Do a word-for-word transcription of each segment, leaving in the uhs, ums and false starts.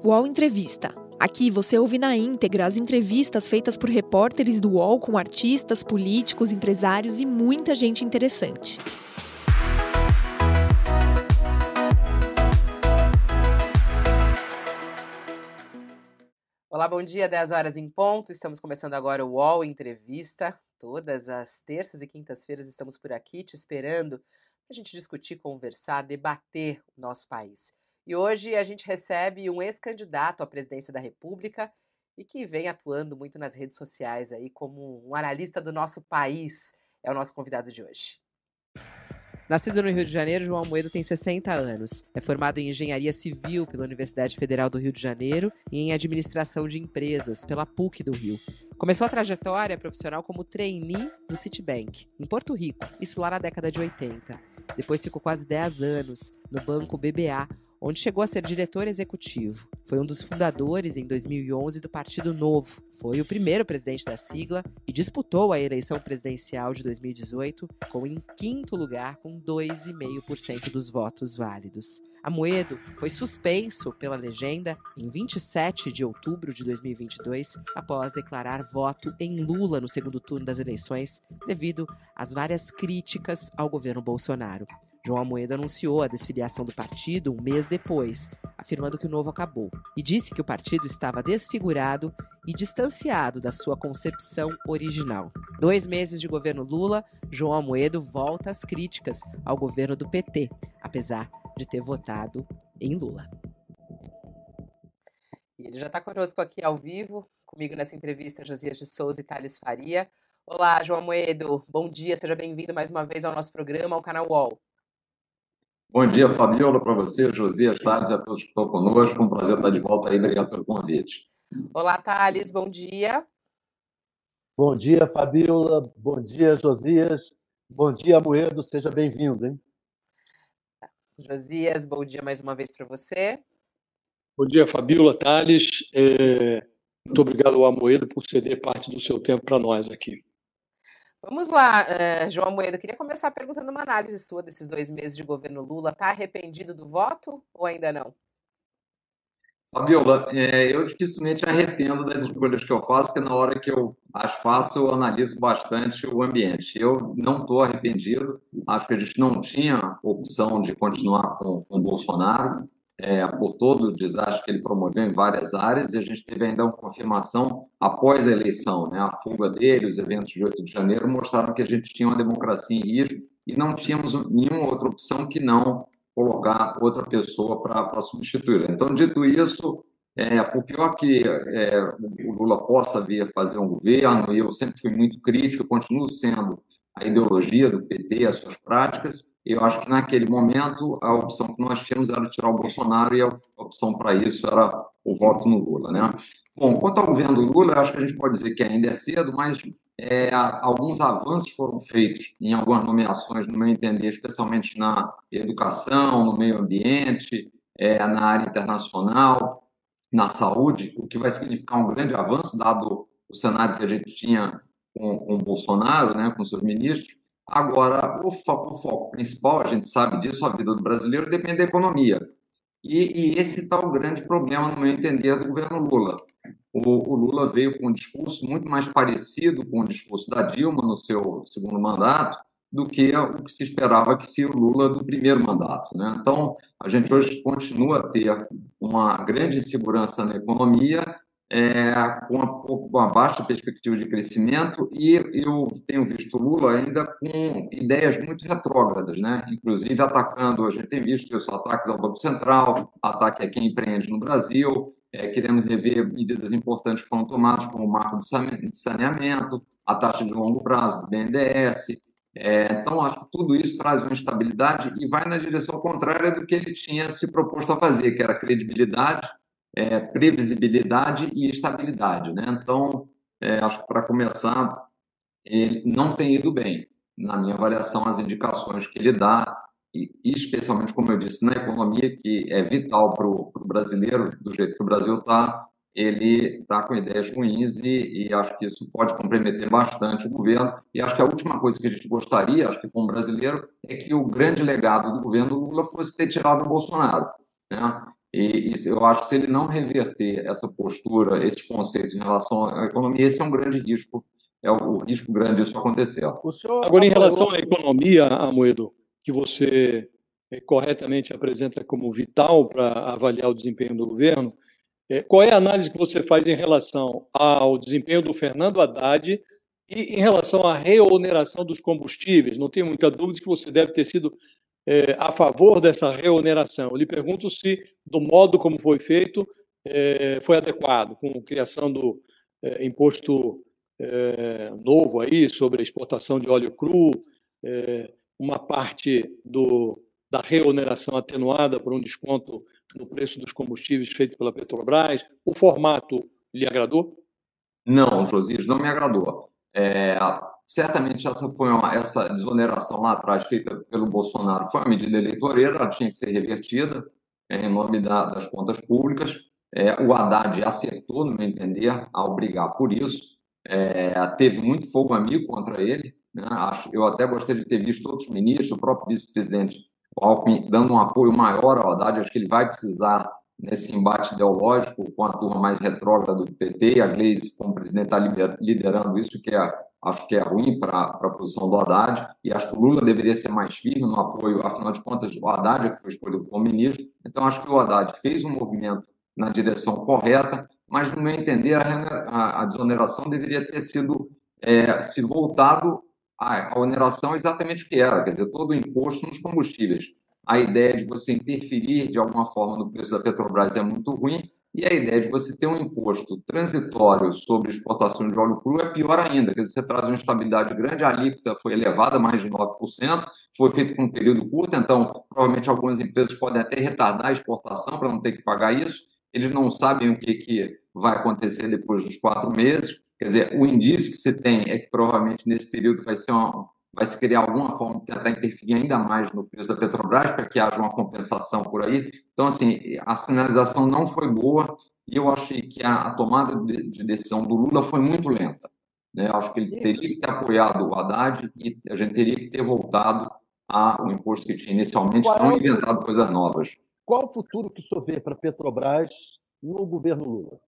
U O L Entrevista. Aqui você ouve na íntegra as entrevistas feitas por repórteres do U O L com artistas, políticos, empresários e muita gente interessante. Olá, bom dia, dez horas em ponto. Estamos começando agora o U O L Entrevista. Todas as terças e quintas-feiras estamos por aqui te esperando para a gente discutir, conversar, debater o nosso país. E hoje a gente recebe um ex-candidato à presidência da República e que vem atuando muito nas redes sociais aí como um analista do nosso país. É o nosso convidado de hoje. Nascido no Rio de Janeiro, João Amoedo tem sessenta anos. É formado em Engenharia Civil pela Universidade Federal do Rio de Janeiro e em Administração de Empresas pela P U C do Rio. Começou a trajetória profissional como trainee no Citibank, em Porto Rico, isso lá na década de oitenta. Depois ficou quase dez anos no Banco B B A, onde chegou a ser diretor executivo. Foi um dos fundadores, em dois mil e onze, do Partido Novo. Foi o primeiro presidente da sigla e disputou a eleição presidencial de dois mil e dezoito com em quinto lugar, com dois vírgula cinco por cento dos votos válidos. Amoedo foi suspenso pela legenda em vinte e sete de outubro de dois mil e vinte e dois, após declarar voto em Lula no segundo turno das eleições, devido às várias críticas ao governo Bolsonaro. João Amoedo anunciou a desfiliação do partido um mês depois, afirmando que o Novo acabou, e disse que o partido estava desfigurado e distanciado da sua concepção original. Dois meses de governo Lula, João Amoedo volta às críticas ao governo do P T, apesar de ter votado em Lula. E ele já está conosco aqui ao vivo, comigo nessa entrevista, Josias de Souza e Thales Faria. Olá, João Amoedo, bom dia, seja bem-vindo mais uma vez ao nosso programa, ao canal U O L. Bom dia, Fabiola, para você, Josias, Thales e a todos que estão conosco. Um prazer estar de volta aí. Obrigado pelo convite. Olá, Thales, bom dia. Bom dia, Fabiola. Bom dia, Josias. Bom dia, Amoedo. Seja bem-vindo, hein? Josias, bom dia mais uma vez para você. Bom dia, Fabiola, Thales. É... Muito obrigado ao Amoedo por ceder parte do seu tempo para nós aqui. Vamos lá, uh, João Amoedo, eu queria começar perguntando uma análise sua desses dois meses de governo Lula. Está arrependido do voto ou ainda não? Fabiola, é, eu dificilmente arrependo das escolhas que eu faço, porque na hora que eu as faço, eu analiso bastante o ambiente. Eu não estou arrependido, acho que a gente não tinha opção de continuar com, com o Bolsonaro, é, por todo o desastre que ele promoveu em várias áreas, e a gente teve ainda uma confirmação após a eleição, né? A fuga dele, os eventos de oito de janeiro mostraram que a gente tinha uma democracia em risco e não tínhamos nenhuma outra opção que não colocar outra pessoa para substituí-la. Então, dito isso, é, por pior que é, o Lula possa vir fazer um governo, e eu sempre fui muito crítico, continuo sendo a ideologia do P T, as suas práticas, eu acho que naquele momento a opção que nós tínhamos era tirar o Bolsonaro e a opção para isso era o voto no Lula, né? Bom, quanto ao governo do Lula, eu acho que a gente pode dizer que ainda é cedo, mas é, alguns avanços foram feitos em algumas nomeações, no meu entender, especialmente na educação, no meio ambiente, é, na área internacional, na saúde, o que vai significar um grande avanço, dado o cenário que a gente tinha com, com o Bolsonaro, né, com seus ministros. Agora, o foco, o foco principal, a gente sabe disso, a vida do brasileiro depende da economia. E, e esse está o grande problema, no meu entender, do governo Lula. O, o Lula veio com um discurso muito mais parecido com o discurso da Dilma no seu segundo mandato do que o que se esperava que seria o Lula do primeiro mandato, né? Então, a gente hoje continua a ter uma grande insegurança na economia, É, com, uma, com uma baixa perspectiva de crescimento, e eu tenho visto o Lula ainda com ideias muito retrógradas, né? Inclusive atacando, a gente tem visto isso, ataques ao Banco Central, ataque a quem empreende no Brasil, é, querendo rever medidas importantes que foram tomadas, como o marco de saneamento, a taxa de longo prazo do B N D E S. É, então, acho que tudo isso traz uma instabilidade e vai na direção contrária do que ele tinha se proposto a fazer, que era credibilidade, É, previsibilidade e estabilidade, né? Então, é, acho que para começar, ele não tem ido bem, na minha avaliação, as indicações que ele dá, e especialmente, como eu disse, na economia, que é vital para o brasileiro, do jeito que o Brasil está, ele está com ideias ruins e, e acho que isso pode comprometer bastante o governo. E acho que a última coisa que a gente gostaria, acho que como brasileiro, é que o grande legado do governo Lula fosse ter tirado o Bolsonaro, né? E, e eu acho que se ele não reverter essa postura, esses conceitos em relação à economia, esse é um grande risco, é o, o risco grande disso acontecer. O senhor Agora, em relação apoiou... à economia, Amoedo, que você eh, corretamente apresenta como vital para avaliar o desempenho do governo, eh, qual é a análise que você faz em relação ao desempenho do Fernando Haddad e em relação à reoneração dos combustíveis? Não tenho muita dúvida que você deve ter sido eh, a favor dessa reoneração. Eu lhe pergunto se, do modo como foi feito, eh, foi adequado, com a criação do eh, imposto eh, novo aí sobre a exportação de óleo cru, eh, uma parte do, da reoneração atenuada por um desconto no preço dos combustíveis feito pela Petrobras. O formato lhe agradou? Não, Josias, não me agradou. É, certamente essa foi uma, essa desoneração lá atrás feita pelo Bolsonaro foi uma medida eleitoreira, ela tinha que ser revertida é, em nome da, das contas públicas. É, o Haddad acertou, no meu entender, ao brigar por isso. É, teve muito fogo amigo contra ele. Né? Acho, eu até gostaria de ter visto outros ministros, o próprio vice-presidente Alckmin dando um apoio maior ao Haddad. Acho que ele vai precisar nesse embate ideológico com a turma mais retrógrada do P T, a Gleisi, como presidente, está liderando isso, que é, acho que é ruim para a posição do Haddad, e acho que o Lula deveria ser mais firme no apoio, afinal de contas, o Haddad é que foi escolhido como ministro, então acho que o Haddad fez um movimento na direção correta, mas, no meu entender, a, a, a desoneração deveria ter sido é, se voltado à, à oneração exatamente o que era, quer dizer, todo o imposto nos combustíveis. A ideia de você interferir de alguma forma no preço da Petrobras é muito ruim, e a ideia de você ter um imposto transitório sobre exportação de óleo cru é pior ainda, quer dizer, você traz uma instabilidade grande, a alíquota foi elevada mais de nove por cento, foi feito por um período curto, então provavelmente algumas empresas podem até retardar a exportação para não ter que pagar isso, eles não sabem o que, que vai acontecer depois dos quatro meses, quer dizer, o indício que se tem é que provavelmente nesse período vai ser uma... vai se criar alguma forma de tentar interferir ainda mais no preço da Petrobras para que haja uma compensação por aí. Então, assim, a sinalização não foi boa e eu achei que a, a tomada de, de decisão do Lula foi muito lenta. Né? Eu acho que ele teria que ter apoiado o Haddad e a gente teria que ter voltado ao imposto que tinha inicialmente, Qual é não o- inventado coisas novas. Qual o futuro que o senhor vê para a Petrobras no governo Lula?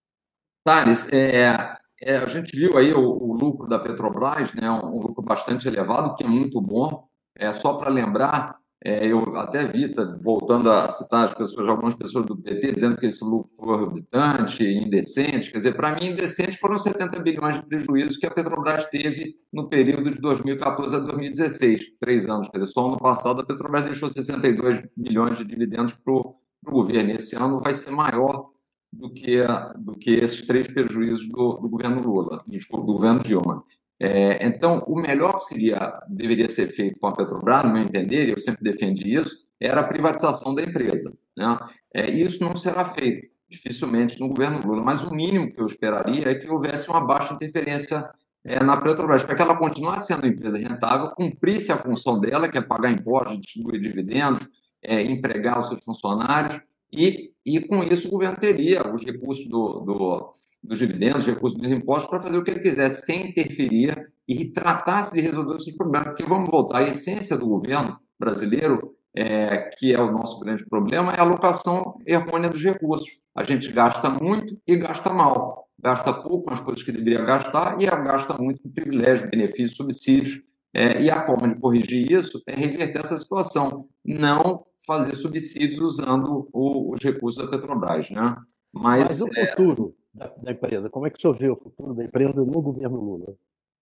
Thales, é, é, a gente viu aí o, o lucro da Petrobras, né, um, um lucro bastante elevado, que é muito bom. É, só para lembrar, é, eu até vi, tá, voltando a citar as pessoas, algumas pessoas do P T, dizendo que esse lucro foi exorbitante, indecente. Quer dizer, para mim, indecente foram setenta bilhões de prejuízo que a Petrobras teve no período de dois mil e quatorze a dois mil e dezesseis, três anos. Quer dizer, só ano passado a Petrobras deixou sessenta e dois bilhões de dividendos para o governo. Esse ano vai ser maior do que, do que esses três prejuízos do, do governo Lula, do governo Dilma. É, então, o melhor que seria, deveria ser feito com a Petrobras, no meu entender, e eu sempre defendi isso, era a privatização da empresa. Né? É, isso não será feito, dificilmente, no governo Lula, mas o mínimo que eu esperaria é que houvesse uma baixa interferência é, na Petrobras, para que ela continuasse sendo uma empresa rentável, cumprisse a função dela, que é pagar impostos, distribuir dividendos, é, empregar os seus funcionários, e, e com isso o governo teria os recursos do, do, dos dividendos, os recursos dos impostos para fazer o que ele quisesse, sem interferir e tratar-se de resolver os seus problemas. Porque vamos voltar, a essência do governo brasileiro, é, que é o nosso grande problema, é a alocação errônea dos recursos. A gente gasta muito e gasta mal. Gasta pouco com as coisas que deveria gastar e gasta muito com privilégios, benefícios, subsídios. É, e a forma de corrigir isso é reverter essa situação, não fazer subsídios usando o, os recursos da Petrobras. Né? Mas, Mas o é, futuro da, da empresa, como é que o senhor vê o futuro da empresa no governo Lula?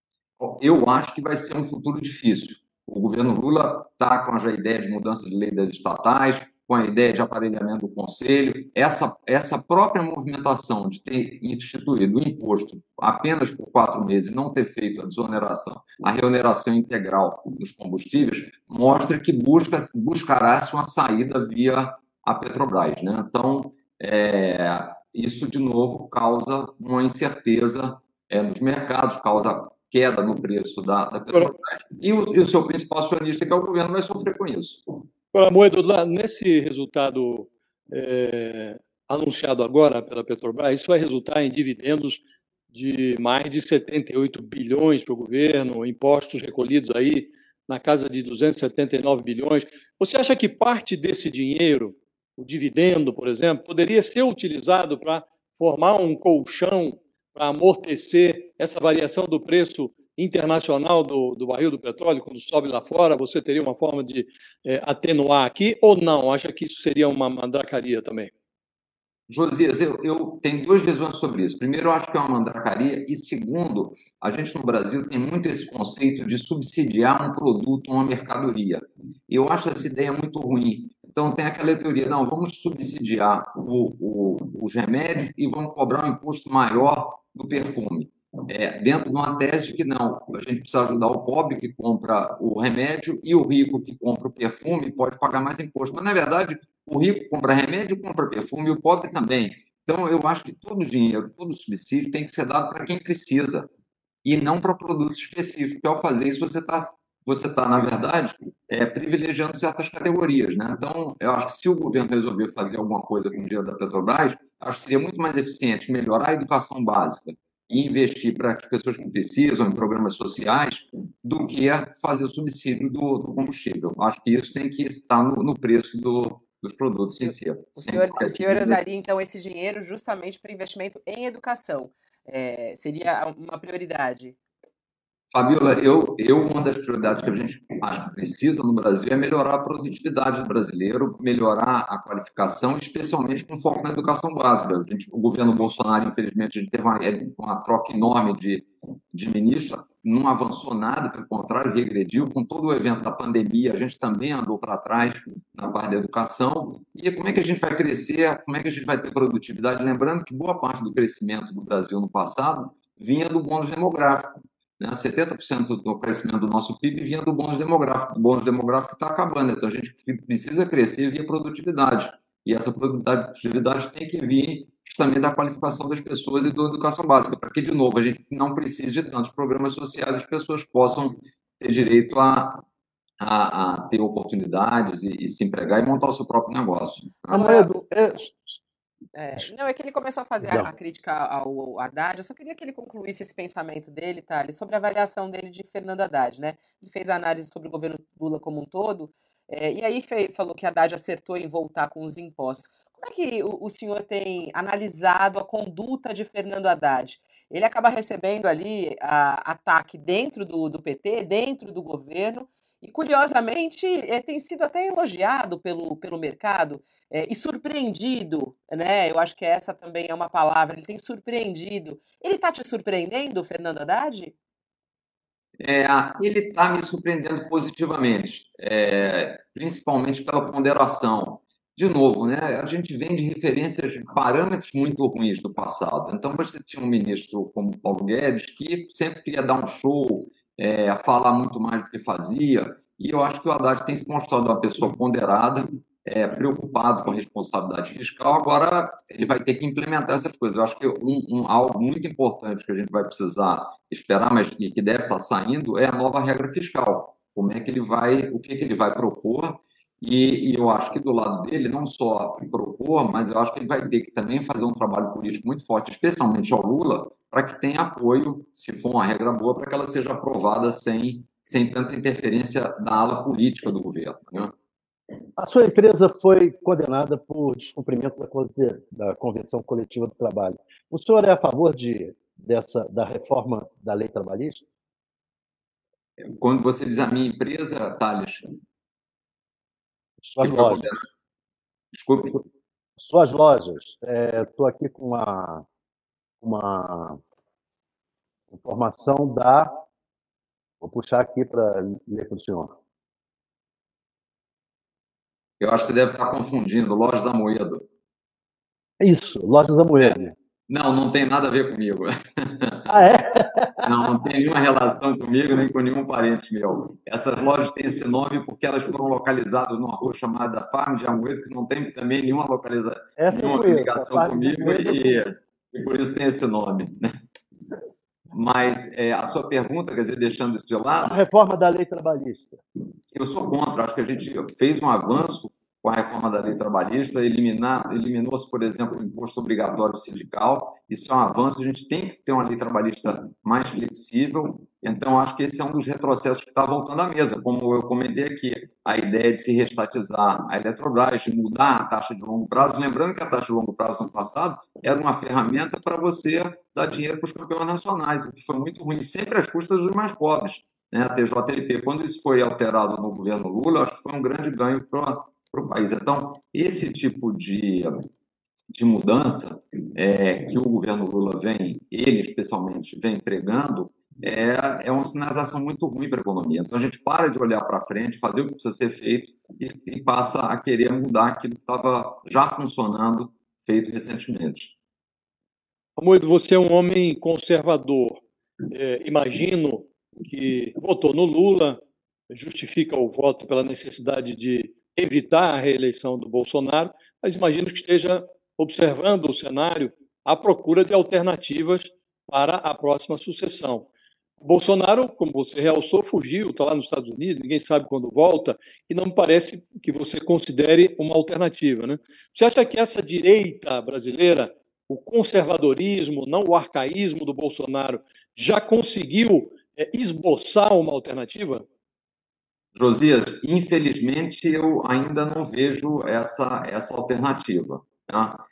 eu acho que vai ser um futuro difícil. O governo Lula está com a ideia de mudança de lei das estatais, com a ideia de aparelhamento do Conselho. Essa, essa própria movimentação de ter instituído o imposto apenas por quatro meses, não ter feito a desoneração, a reoneração integral dos combustíveis, mostra que busca, buscará-se uma saída via a Petrobras. Né? Então, é, isso, de novo, causa uma incerteza é, nos mercados, causa queda no preço da, da Petrobras. E o, e o seu principal acionista, que é o governo, vai sofrer com isso. Agora, Amoedo, lá nesse resultado é, anunciado agora pela Petrobras, isso vai resultar em dividendos de mais de setenta e oito bilhões para o governo, impostos recolhidos aí na casa de duzentos e setenta e nove bilhões. Você acha que parte desse dinheiro o dividendo, por exemplo, poderia ser utilizado para formar um colchão para amortecer essa variação do preço internacional do, do barril do petróleo, quando sobe lá fora, você teria uma forma de é, atenuar aqui, ou não? Acha que isso seria uma mandracaria também? Josias, eu, eu tenho duas visões sobre isso. Primeiro, eu acho que é uma mandracaria, e segundo, a gente no Brasil tem muito esse conceito de subsidiar um produto, uma mercadoria. Eu acho essa ideia muito ruim. Então, tem aquela teoria, não, vamos subsidiar o, o, os remédios e vamos cobrar um imposto maior do perfume. É, dentro de uma tese de que não, a gente precisa ajudar o pobre que compra o remédio e o rico que compra o perfume pode pagar mais imposto. Mas, na verdade, o rico compra remédio, compra perfume e o pobre também. Então, eu acho que todo dinheiro, todo subsídio tem que ser dado para quem precisa e não para produtos específicos. Porque, ao fazer isso, você está, você tá, na verdade, é, privilegiando certas categorias, né? Então, eu acho que se o governo resolver fazer alguma coisa com o dinheiro da Petrobras, acho que seria muito mais eficiente melhorar a educação básica e investir para as pessoas que precisam em programas sociais do que fazer o subsídio do, do combustível. Acho que isso tem que estar no, no preço do, dos produtos em si. O senhor, o senhor usaria, então, esse dinheiro justamente para investimento em educação. É, seria uma prioridade? Fabiola, eu, eu, uma das prioridades que a gente acha que precisa no Brasil é melhorar a produtividade do brasileiro, melhorar a qualificação, especialmente com foco na educação básica. A gente, o governo Bolsonaro, infelizmente, a gente teve uma, uma troca enorme de, de ministros, não avançou nada, pelo contrário, regrediu. Com todo o evento da pandemia, a gente também andou para trás na parte da educação. E como é que a gente vai crescer? Como é que a gente vai ter produtividade? Lembrando que boa parte do crescimento do Brasil no passado vinha do bônus demográfico. setenta por cento do crescimento do nosso P I B vinha do bônus demográfico. O bônus demográfico está acabando, então a gente precisa crescer via produtividade. E essa produtividade tem que vir justamente da qualificação das pessoas e da educação básica, para que, de novo, a gente não precise de tantos programas sociais, as pessoas possam ter direito a, a, a ter oportunidades e, e se empregar e montar o seu próprio negócio. Amoedo, é... É, não, é que ele começou a fazer a, a crítica ao Haddad. Eu só queria que ele concluísse esse pensamento dele, Thales, sobre a avaliação dele de Fernando Haddad, né? Ele fez a análise sobre o governo Lula como um todo, é, e aí fez, falou que Haddad acertou em voltar com os impostos. Como é que o, o senhor tem analisado a conduta de Fernando Haddad? Ele acaba recebendo ali a, ataque dentro do, do P T, dentro do governo, e, curiosamente, é, tem sido até elogiado pelo, pelo mercado é, e surpreendido, né? Eu acho que essa também é uma palavra, ele tem surpreendido. Ele está te surpreendendo, Fernando Haddad? É, ele está me surpreendendo positivamente, é, principalmente pela ponderação. De novo, né, a gente vem de referências, de parâmetros muito ruins do passado. Então, você tinha um ministro como Paulo Guedes, que sempre queria dar um show, é, falar muito mais do que fazia, e eu acho que o Haddad tem se mostrado uma pessoa ponderada, é, preocupado com a responsabilidade fiscal. Agora, ele vai ter que implementar essas coisas. Eu acho que um, um, algo muito importante que a gente vai precisar esperar, mas e que deve estar saindo, é a nova regra fiscal. Como é que ele vai, o que, que ele vai propor. E, e eu acho que do lado dele, não só propor, mas eu acho que ele vai ter que também fazer um trabalho político muito forte, especialmente ao Lula, para que tenha apoio, se for uma regra boa, para que ela seja aprovada sem, sem tanta interferência da ala política do governo, né? A sua empresa foi condenada por descumprimento da, da Convenção Coletiva do Trabalho. O senhor é a favor de, dessa, da reforma da lei trabalhista? Quando você diz a minha empresa, Thales... Suas lojas. Desculpe. Suas lojas. Estou é, aqui com uma, uma informação da... Vou puxar aqui para ler para o senhor. Eu acho que você deve estar confundindo Lojas Amoedo. Isso, Lojas Amoedo. Não, não tem nada a ver comigo. Ah, é? Não, não tem nenhuma relação comigo, nem com nenhum parente meu. Essas lojas têm esse nome porque elas foram localizadas numa rua chamada Farm de Amoedo, que não tem também nenhuma localização, nenhuma ligação comigo, e, e por isso tem esse nome. Mas é, a sua pergunta, quer dizer, deixando isso de lado... A reforma da lei trabalhista. Eu sou contra, acho que a gente fez um avanço com a reforma da lei trabalhista, eliminar, eliminou-se, por exemplo, o imposto obrigatório sindical. Isso é um avanço, a gente tem que ter uma lei trabalhista mais flexível. Então, acho que esse é um dos retrocessos que está voltando à mesa. Como eu comentei aqui, a ideia de se reestatizar a Eletrobras, de mudar a taxa de longo prazo, lembrando que a taxa de longo prazo no passado era uma ferramenta para você dar dinheiro para os campeões nacionais, o que foi muito ruim, sempre às custas dos mais pobres, né? A T J L P, quando isso foi alterado no governo Lula, acho que foi um grande ganho para o país. Então, esse tipo de, de mudança é, que o governo Lula vem, ele especialmente, vem pregando, é, é uma sinalização muito ruim para a economia. Então, a gente para de olhar para frente, fazer o que precisa ser feito e, e passa a querer mudar aquilo que estava já funcionando, feito recentemente. Amoedo, você é um homem conservador. É, imagino que votou no Lula, justifica o voto pela necessidade de evitar a reeleição do Bolsonaro, mas imagino que esteja observando o cenário à procura de alternativas para a próxima sucessão. O Bolsonaro, como você realçou, fugiu, está lá nos Estados Unidos, ninguém sabe quando volta, e não me parece que você considere uma alternativa, né? Você acha que essa direita brasileira, o conservadorismo, não o arcaísmo do Bolsonaro, já conseguiu é, esboçar uma alternativa? Josias, infelizmente, eu ainda não vejo essa, essa alternativa, tá?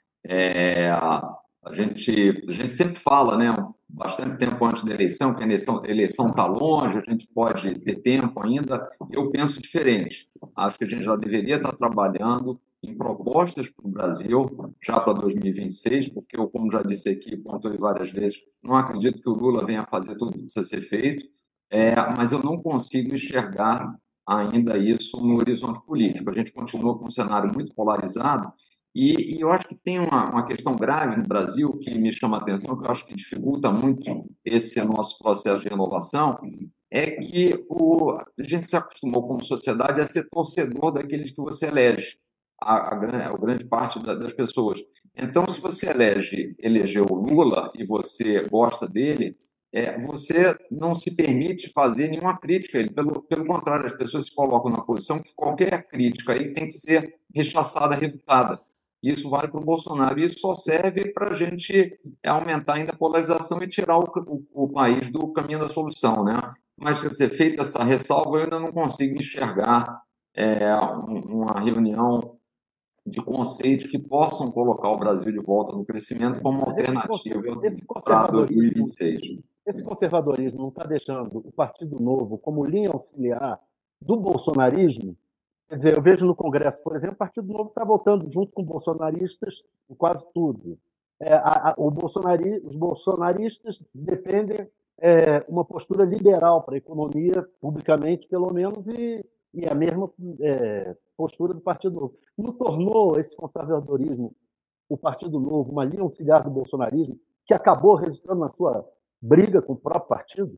É, a, gente, a gente sempre fala, né, bastante tempo antes da eleição, que a eleição eleição está longe, a gente pode ter tempo ainda. Eu penso diferente. Acho que a gente já deveria estar trabalhando em propostas para o Brasil, já para dois mil e vinte e seis, porque eu, como já disse aqui, pontuei várias vezes, não acredito que o Lula venha fazer tudo o que precisa ser feito, é, mas eu não consigo enxergar ainda isso no horizonte político. A gente continua com um cenário muito polarizado e, e eu acho que tem uma, uma questão grave no Brasil que me chama a atenção, que eu acho que dificulta muito esse nosso processo de renovação, é que o, a gente se acostumou como sociedade a ser torcedor daqueles que você elege, a, a, a grande parte da, das pessoas. Então, se você elege, elegeu o Lula e você gosta dele, É, você não se permite fazer nenhuma crítica a ele. Pelo, pelo contrário, as pessoas se colocam na posição que qualquer crítica aí tem que ser rechaçada, refutada. Isso vale para o Bolsonaro. E isso só serve para a gente aumentar ainda a polarização e tirar o, o, o país do caminho da solução, né? Mas, quer dizer, feita essa ressalva, eu ainda não consigo enxergar é, uma reunião de conceitos que possam colocar o Brasil de volta no crescimento como alternativa para dois mil e vinte e seis. Esse conservadorismo não está deixando o Partido Novo como linha auxiliar do bolsonarismo? Quer dizer, eu vejo no Congresso, por exemplo, o Partido Novo está votando junto com bolsonaristas em quase tudo. É, a, a, o bolsonari, os bolsonaristas defendem é, uma postura liberal para a economia, publicamente, pelo menos, e, e a mesma é, postura do Partido Novo. Não tornou esse conservadorismo, o Partido Novo, uma linha auxiliar do bolsonarismo, que acabou resultando na sua briga com o próprio partido?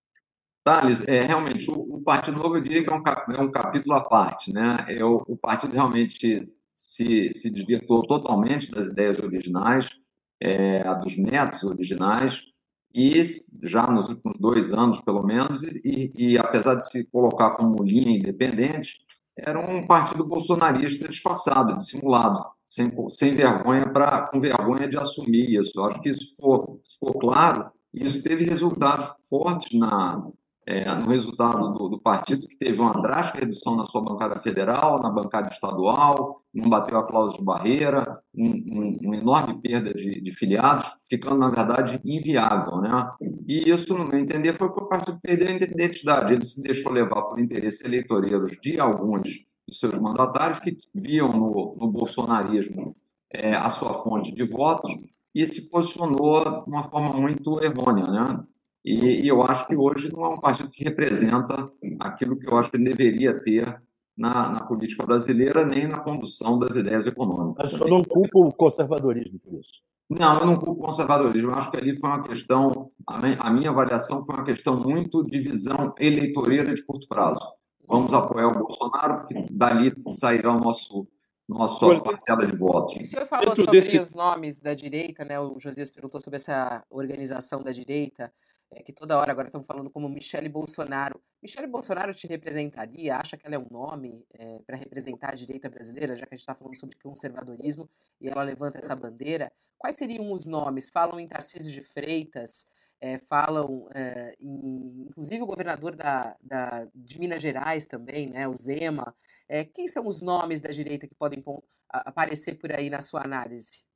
Thales, é, realmente, o, o Partido Novo, eu diria que é um, é um capítulo à parte, né? É, o, o partido realmente se, se desvirtuou totalmente das ideias originais, é, dos métodos originais, e já nos últimos dois anos, pelo menos, e, e apesar de se colocar como linha independente, era um partido bolsonarista disfarçado, dissimulado, sem, sem vergonha, pra, com vergonha de assumir isso. Eu acho que isso ficou, ficou claro, e isso teve resultados fortes na, é, no resultado do, do partido, que teve uma drástica redução na sua bancada federal, na bancada estadual, não bateu a cláusula de barreira, um, um, uma enorme perda de, de filiados, ficando, na verdade, inviável, né? E isso, no meu entender, foi porque o partido perdeu a identidade. Ele se deixou levar por interesses eleitoreiros de alguns dos seus mandatários que viam no, no bolsonarismo é, a sua fonte de votos e se posicionou de uma forma muito errônea, né? E, e eu acho que hoje não é um partido que representa aquilo que eu acho que ele deveria ter na, na política brasileira, nem na condução das ideias econômicas. Mas eu não culpo o conservadorismo por isso. Não, eu não culpo o conservadorismo. Eu acho que ali foi uma questão, a minha avaliação foi uma questão muito de visão eleitoreira de curto prazo. Vamos apoiar o Bolsonaro, porque dali sairá o nosso, nossa parcela de votos. O senhor falou sobre desse... os nomes da direita, né? O Josias perguntou sobre essa organização da direita. é, que toda hora agora estão falando como Michele Bolsonaro. Michele Bolsonaro te representaria? Acha que ela é um nome é, para representar a direita brasileira, já que a gente está falando sobre conservadorismo e ela levanta essa bandeira? Quais seriam os nomes? Falam em Tarcísio de Freitas, é, falam é, em, inclusive o governador da, da, de Minas Gerais também, né, o Zema. É, quem são os nomes da direita que podem aparecer por aí na sua análise?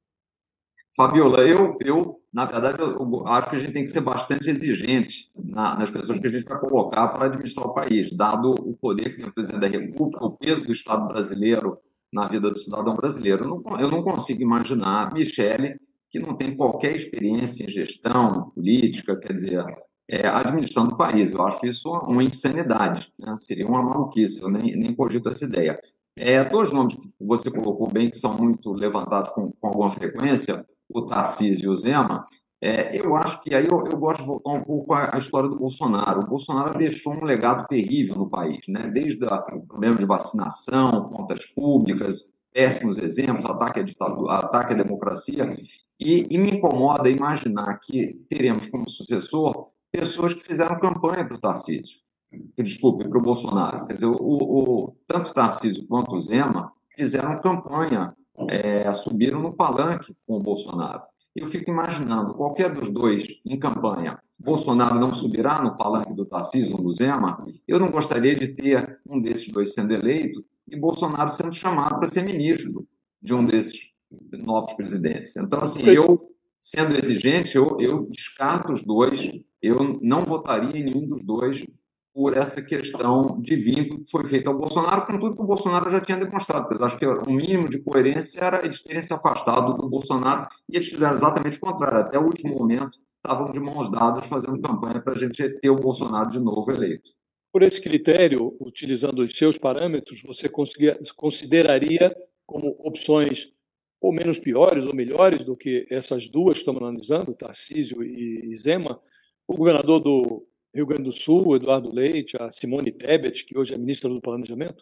Fabiola, eu, eu na verdade, eu, eu acho que a gente tem que ser bastante exigente na, nas pessoas que a gente vai colocar para administrar o país, dado o poder que tem o presidente da República, o peso do Estado brasileiro na vida do cidadão brasileiro. Eu não, eu não consigo imaginar Michele, que não tem qualquer experiência em gestão política, quer dizer, é, administrando o país. Eu acho isso uma insanidade, né? Seria uma maluquice, eu nem, nem cogito essa ideia. É, dois nomes que você colocou bem, que são muito levantados com, com alguma frequência, o Tarcísio e o Zema, é, eu acho que aí eu, eu gosto de voltar um pouco à, à história do Bolsonaro. O Bolsonaro deixou um legado terrível no país, né? Desde o problema de vacinação, contas públicas, péssimos exemplos, ataque à ditadura, ataque à democracia, e, e me incomoda imaginar que teremos como sucessor pessoas que fizeram campanha para o Tarcísio, desculpe, para o Bolsonaro. Quer dizer, o, o, tanto o Tarcísio quanto o Zema fizeram campanha, é, subiram no palanque com o Bolsonaro. Eu fico imaginando, qualquer dos dois em campanha, Bolsonaro não subirá no palanque do Tarcísio ou do Zema. Eu não gostaria de ter um desses dois sendo eleito e Bolsonaro sendo chamado para ser ministro de um desses novos presidentes. Então, assim, eu, sendo exigente, eu, eu descarto os dois, eu não votaria em nenhum dos dois por essa questão de vínculo que foi feito ao Bolsonaro, com tudo que o Bolsonaro já tinha demonstrado. Porque eu acho que o mínimo de coerência era eles terem se afastado do Bolsonaro, e eles fizeram exatamente o contrário. Até o último momento, estavam de mãos dadas fazendo campanha para a gente ter o Bolsonaro de novo eleito. Por esse critério, utilizando os seus parâmetros, você consideraria como opções ou menos piores ou melhores do que essas duas que estamos analisando, Tarcísio e Zema, o governador do Rio Grande do Sul, Eduardo Leite, a Simone Tebet, que hoje é ministra do Planejamento?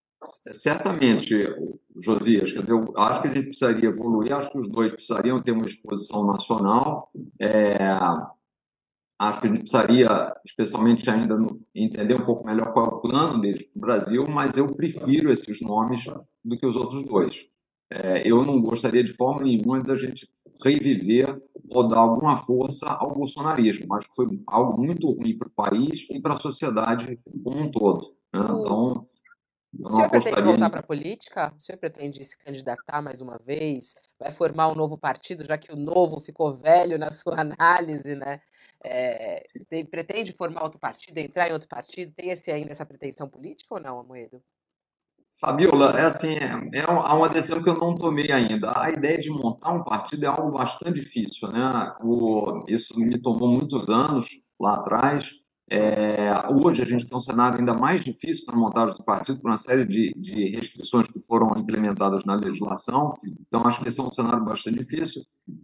Certamente, Josias. Quer dizer, eu acho que a gente precisaria evoluir, acho que os dois precisariam ter uma exposição nacional. É, acho que a gente precisaria, especialmente ainda, entender um pouco melhor qual é o plano deles para o Brasil, mas eu prefiro esses nomes do que os outros dois. É, eu não gostaria de forma nenhuma da gente reviver ou dar alguma força ao bolsonarismo. Acho que foi algo muito ruim para o país e para a sociedade como um todo, né? Então, o senhor pretende voltar para a política? O senhor pretende se candidatar mais uma vez? Vai formar um novo partido, já que o novo ficou velho na sua análise, né? É, tem, pretende formar outro partido, entrar em outro partido? Tem esse ainda essa pretensão política ou não, Amoedo? Fabiola, é assim, é, é uma decisão que eu não tomei ainda. A ideia de montar um partido é algo bastante difícil, né? O, isso me tomou muitos anos lá atrás. É, hoje a gente tem um cenário ainda mais difícil para montar o partido, por uma série de, de restrições que foram implementadas na legislação. Então, acho que esse é um cenário bastante difícil.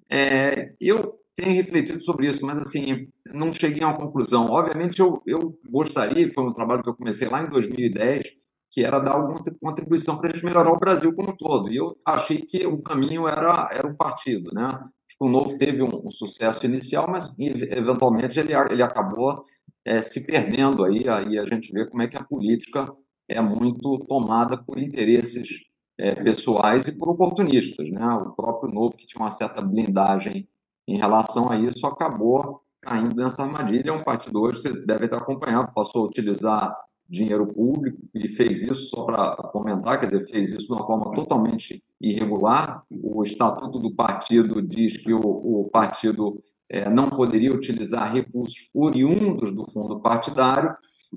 É, eu tenho refletido sobre isso, mas assim, não cheguei a uma conclusão. Obviamente, eu, eu gostaria, foi um trabalho que eu comecei lá em dois mil e dez, que era dar alguma contribuição para a gente melhorar o Brasil como um todo. E eu achei que o caminho era, era o partido, né? Acho que o Novo teve um, um sucesso inicial, mas eventualmente ele, ele acabou é, se perdendo aí. Aí a gente vê como é que a política é muito tomada por interesses é, pessoais e por oportunistas, né? O próprio Novo, que tinha uma certa blindagem em relação a isso, acabou caindo nessa armadilha. É um partido hoje, vocês devem estar acompanhando, passou a utilizar dinheiro público e fez isso, só para comentar, quer dizer, fez isso de uma forma totalmente irregular. O estatuto do partido diz que o, o partido é, não poderia utilizar recursos oriundos do fundo partidário.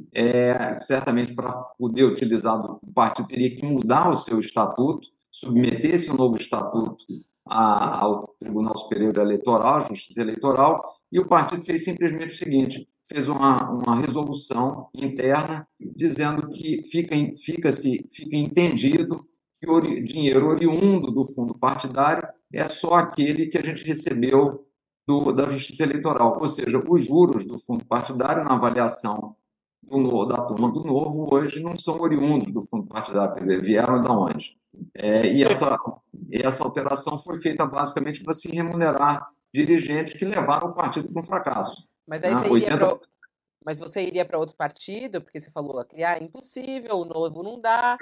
É, certamente, para poder utilizar, o partido teria que mudar o seu estatuto, submeter esse novo estatuto a, ao Tribunal Superior Eleitoral, à Justiça Eleitoral, e o partido fez simplesmente o seguinte: fez uma, uma resolução interna dizendo que fica, fica, -se, fica entendido que o dinheiro oriundo do fundo partidário é só aquele que a gente recebeu do, da Justiça Eleitoral, ou seja, os juros do fundo partidário na avaliação do, da turma do Novo hoje não são oriundos do fundo partidário, quer dizer, vieram de onde? É, e essa, essa alteração foi feita basicamente para se remunerar dirigentes que levaram o partido para um fracasso. Mas aí né? você iria oitenta... para Mas você iria para outro partido, porque você falou, criar é impossível, o Novo não dá.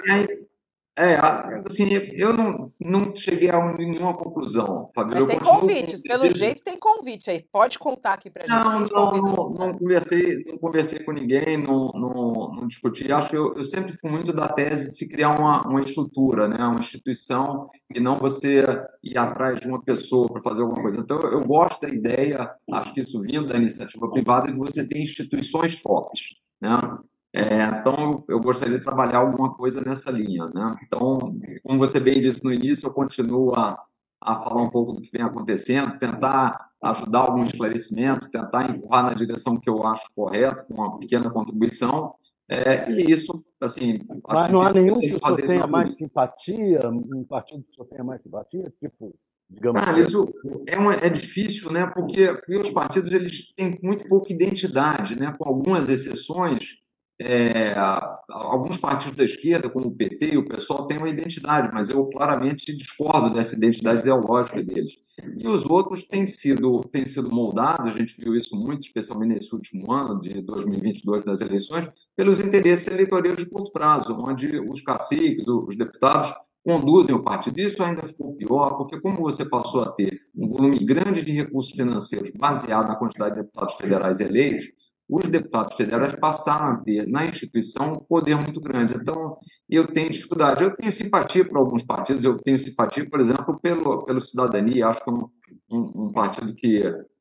É, assim, eu não, não cheguei a nenhuma conclusão, Fabio. Mas Eu tem continuo com convites, o pelo desejo. jeito tem convite aí. Pode contar aqui pra gente. Não, Quem te não, convidou? não, não É. conversei, não conversei com ninguém, não, não, não discuti. Acho que eu, eu sempre fui muito da tese de se criar uma, uma estrutura, né, uma instituição, e não você ir atrás de uma pessoa para fazer alguma coisa. Então, eu gosto da ideia, acho que isso vindo da iniciativa privada, de você ter instituições fortes, né? É, então, eu, eu gostaria de trabalhar alguma coisa nessa linha, né? Então, como você bem disse no início, eu continuo a, a falar um pouco do que vem acontecendo, tentar ajudar algum esclarecimento, tentar empurrar na direção que eu acho correta, com uma pequena contribuição, é, e isso, assim, acho Mas não há nenhum que difícil o senhor fazer isso tenha na mais política. simpatia, um partido que o senhor tenha mais simpatia, tipo, digamos, Cara, isso é, uma, é difícil, né? Porque, porque os partidos eles têm muito pouca identidade, né? Com algumas exceções, é, alguns partidos da esquerda, como o P T e o PSOL, têm uma identidade, mas eu claramente discordo dessa identidade ideológica deles. E os outros têm sido, têm sido moldados, a gente viu isso muito, especialmente nesse último ano, de dois mil e vinte e dois, das eleições, pelos interesses eleitoreiros de curto prazo, onde os caciques, os deputados, conduzem o partido. Isso ainda ficou pior, porque como você passou a ter um volume grande de recursos financeiros baseado na quantidade de deputados federais eleitos, os deputados federais passaram a ter na instituição um poder muito grande. Então, eu tenho dificuldade. Eu tenho simpatia por alguns partidos, eu tenho simpatia, por exemplo, pelo, pelo Cidadania, acho que é um, um, um partido que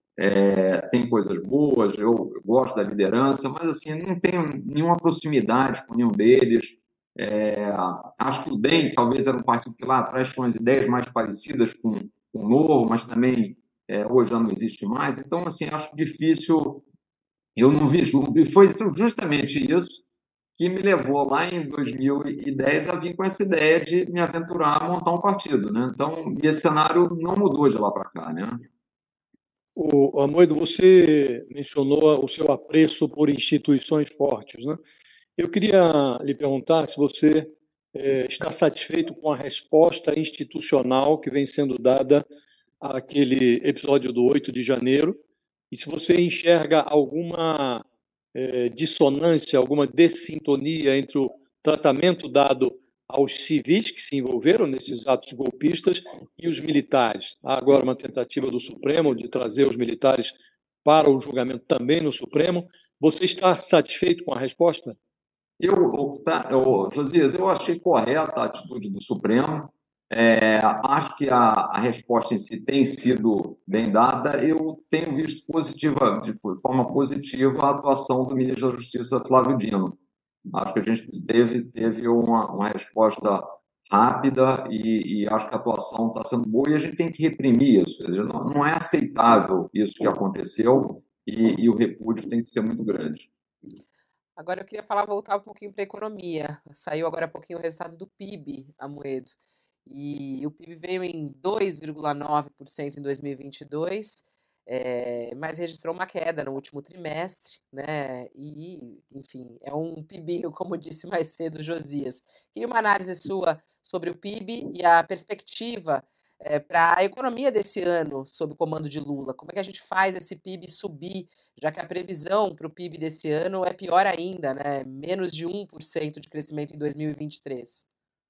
é, tem coisas boas, eu, eu gosto da liderança, mas assim, não tenho nenhuma proximidade com nenhum deles. É, acho que o D E M talvez era um partido que lá atrás tinha umas ideias mais parecidas com, com o Novo, mas também é, hoje já não existe mais. Então, assim, acho difícil, eu não vislumbro. E foi justamente isso que me levou lá em dois mil e dez a vir com essa ideia de me aventurar a montar um partido, né? Então, e esse cenário não mudou de lá para cá, né? O Amoedo, você mencionou o seu apreço por instituições fortes, né? Eu queria lhe perguntar se você eh, está satisfeito com a resposta institucional que vem sendo dada àquele episódio do oito de janeiro e se você enxerga alguma eh, dissonância, alguma dessintonia entre o tratamento dado aos civis que se envolveram nesses atos golpistas e os militares. Há agora uma tentativa do Supremo de trazer os militares para o julgamento também no Supremo. Você está satisfeito com a resposta? Eu, eu, tá, eu, Josias, eu achei correta a atitude do Supremo. É, acho que a, a resposta em si tem sido bem dada. Eu tenho visto positiva, de forma positiva, a atuação do ministro da Justiça, Flávio Dino. Acho que a gente teve, teve uma, uma resposta rápida e, e acho que a atuação está sendo boa e a gente tem que reprimir isso. Quer dizer, não, não é aceitável isso que aconteceu e, e o repúdio tem que ser muito grande. Agora eu queria falar, voltar um pouquinho para a economia. Saiu agora há pouquinho o resultado do P I B, Amoedo. E o P I B veio em dois vírgula nove por cento em dois mil e vinte e dois, é, mas registrou uma queda no último trimestre, né? E, enfim, é um PIBinho, como disse mais cedo Josias. Queria uma análise sua sobre o P I B e a perspectiva é, para a economia desse ano, sob o comando de Lula. Como é que a gente faz esse P I B subir, já que a previsão para o P I B desse ano é pior ainda, né? Menos de um por cento de crescimento em dois mil e vinte e três.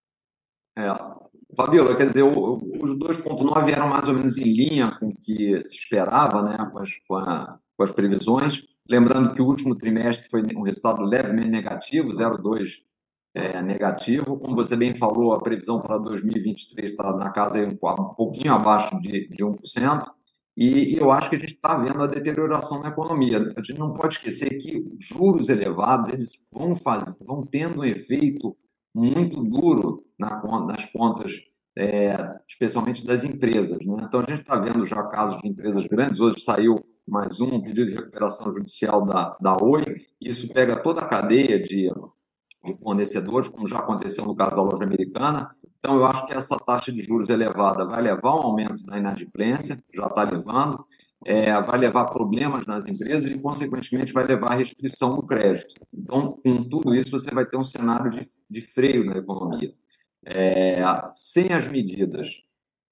É. Fabiola, quer dizer, o, os dois vírgula nove eram mais ou menos em linha com o que se esperava, né, com as, com, a, com as previsões. Lembrando que o último trimestre foi um resultado levemente negativo, zero vírgula dois é, negativo. Como você bem falou, a previsão para dois mil e vinte e três está na casa aí um, um pouquinho abaixo de, de um por cento. E, e eu acho que a gente está vendo a deterioração na economia. A gente não pode esquecer que juros elevados eles vão, faz, vão tendo um efeito muito duro na, nas contas, é, especialmente das empresas, né? Então, a gente está vendo já casos de empresas grandes. Hoje saiu mais um pedido de recuperação judicial da, da Oi. Isso pega toda a cadeia de, de fornecedores, como já aconteceu no caso da loja americana. Então, eu acho que essa taxa de juros elevada vai levar a um aumento da inadimplência, já está levando, é, vai levar problemas nas empresas e, consequentemente, vai levar a restrição no crédito. Então, com tudo isso, você vai ter um cenário de, de freio na economia. É, sem as medidas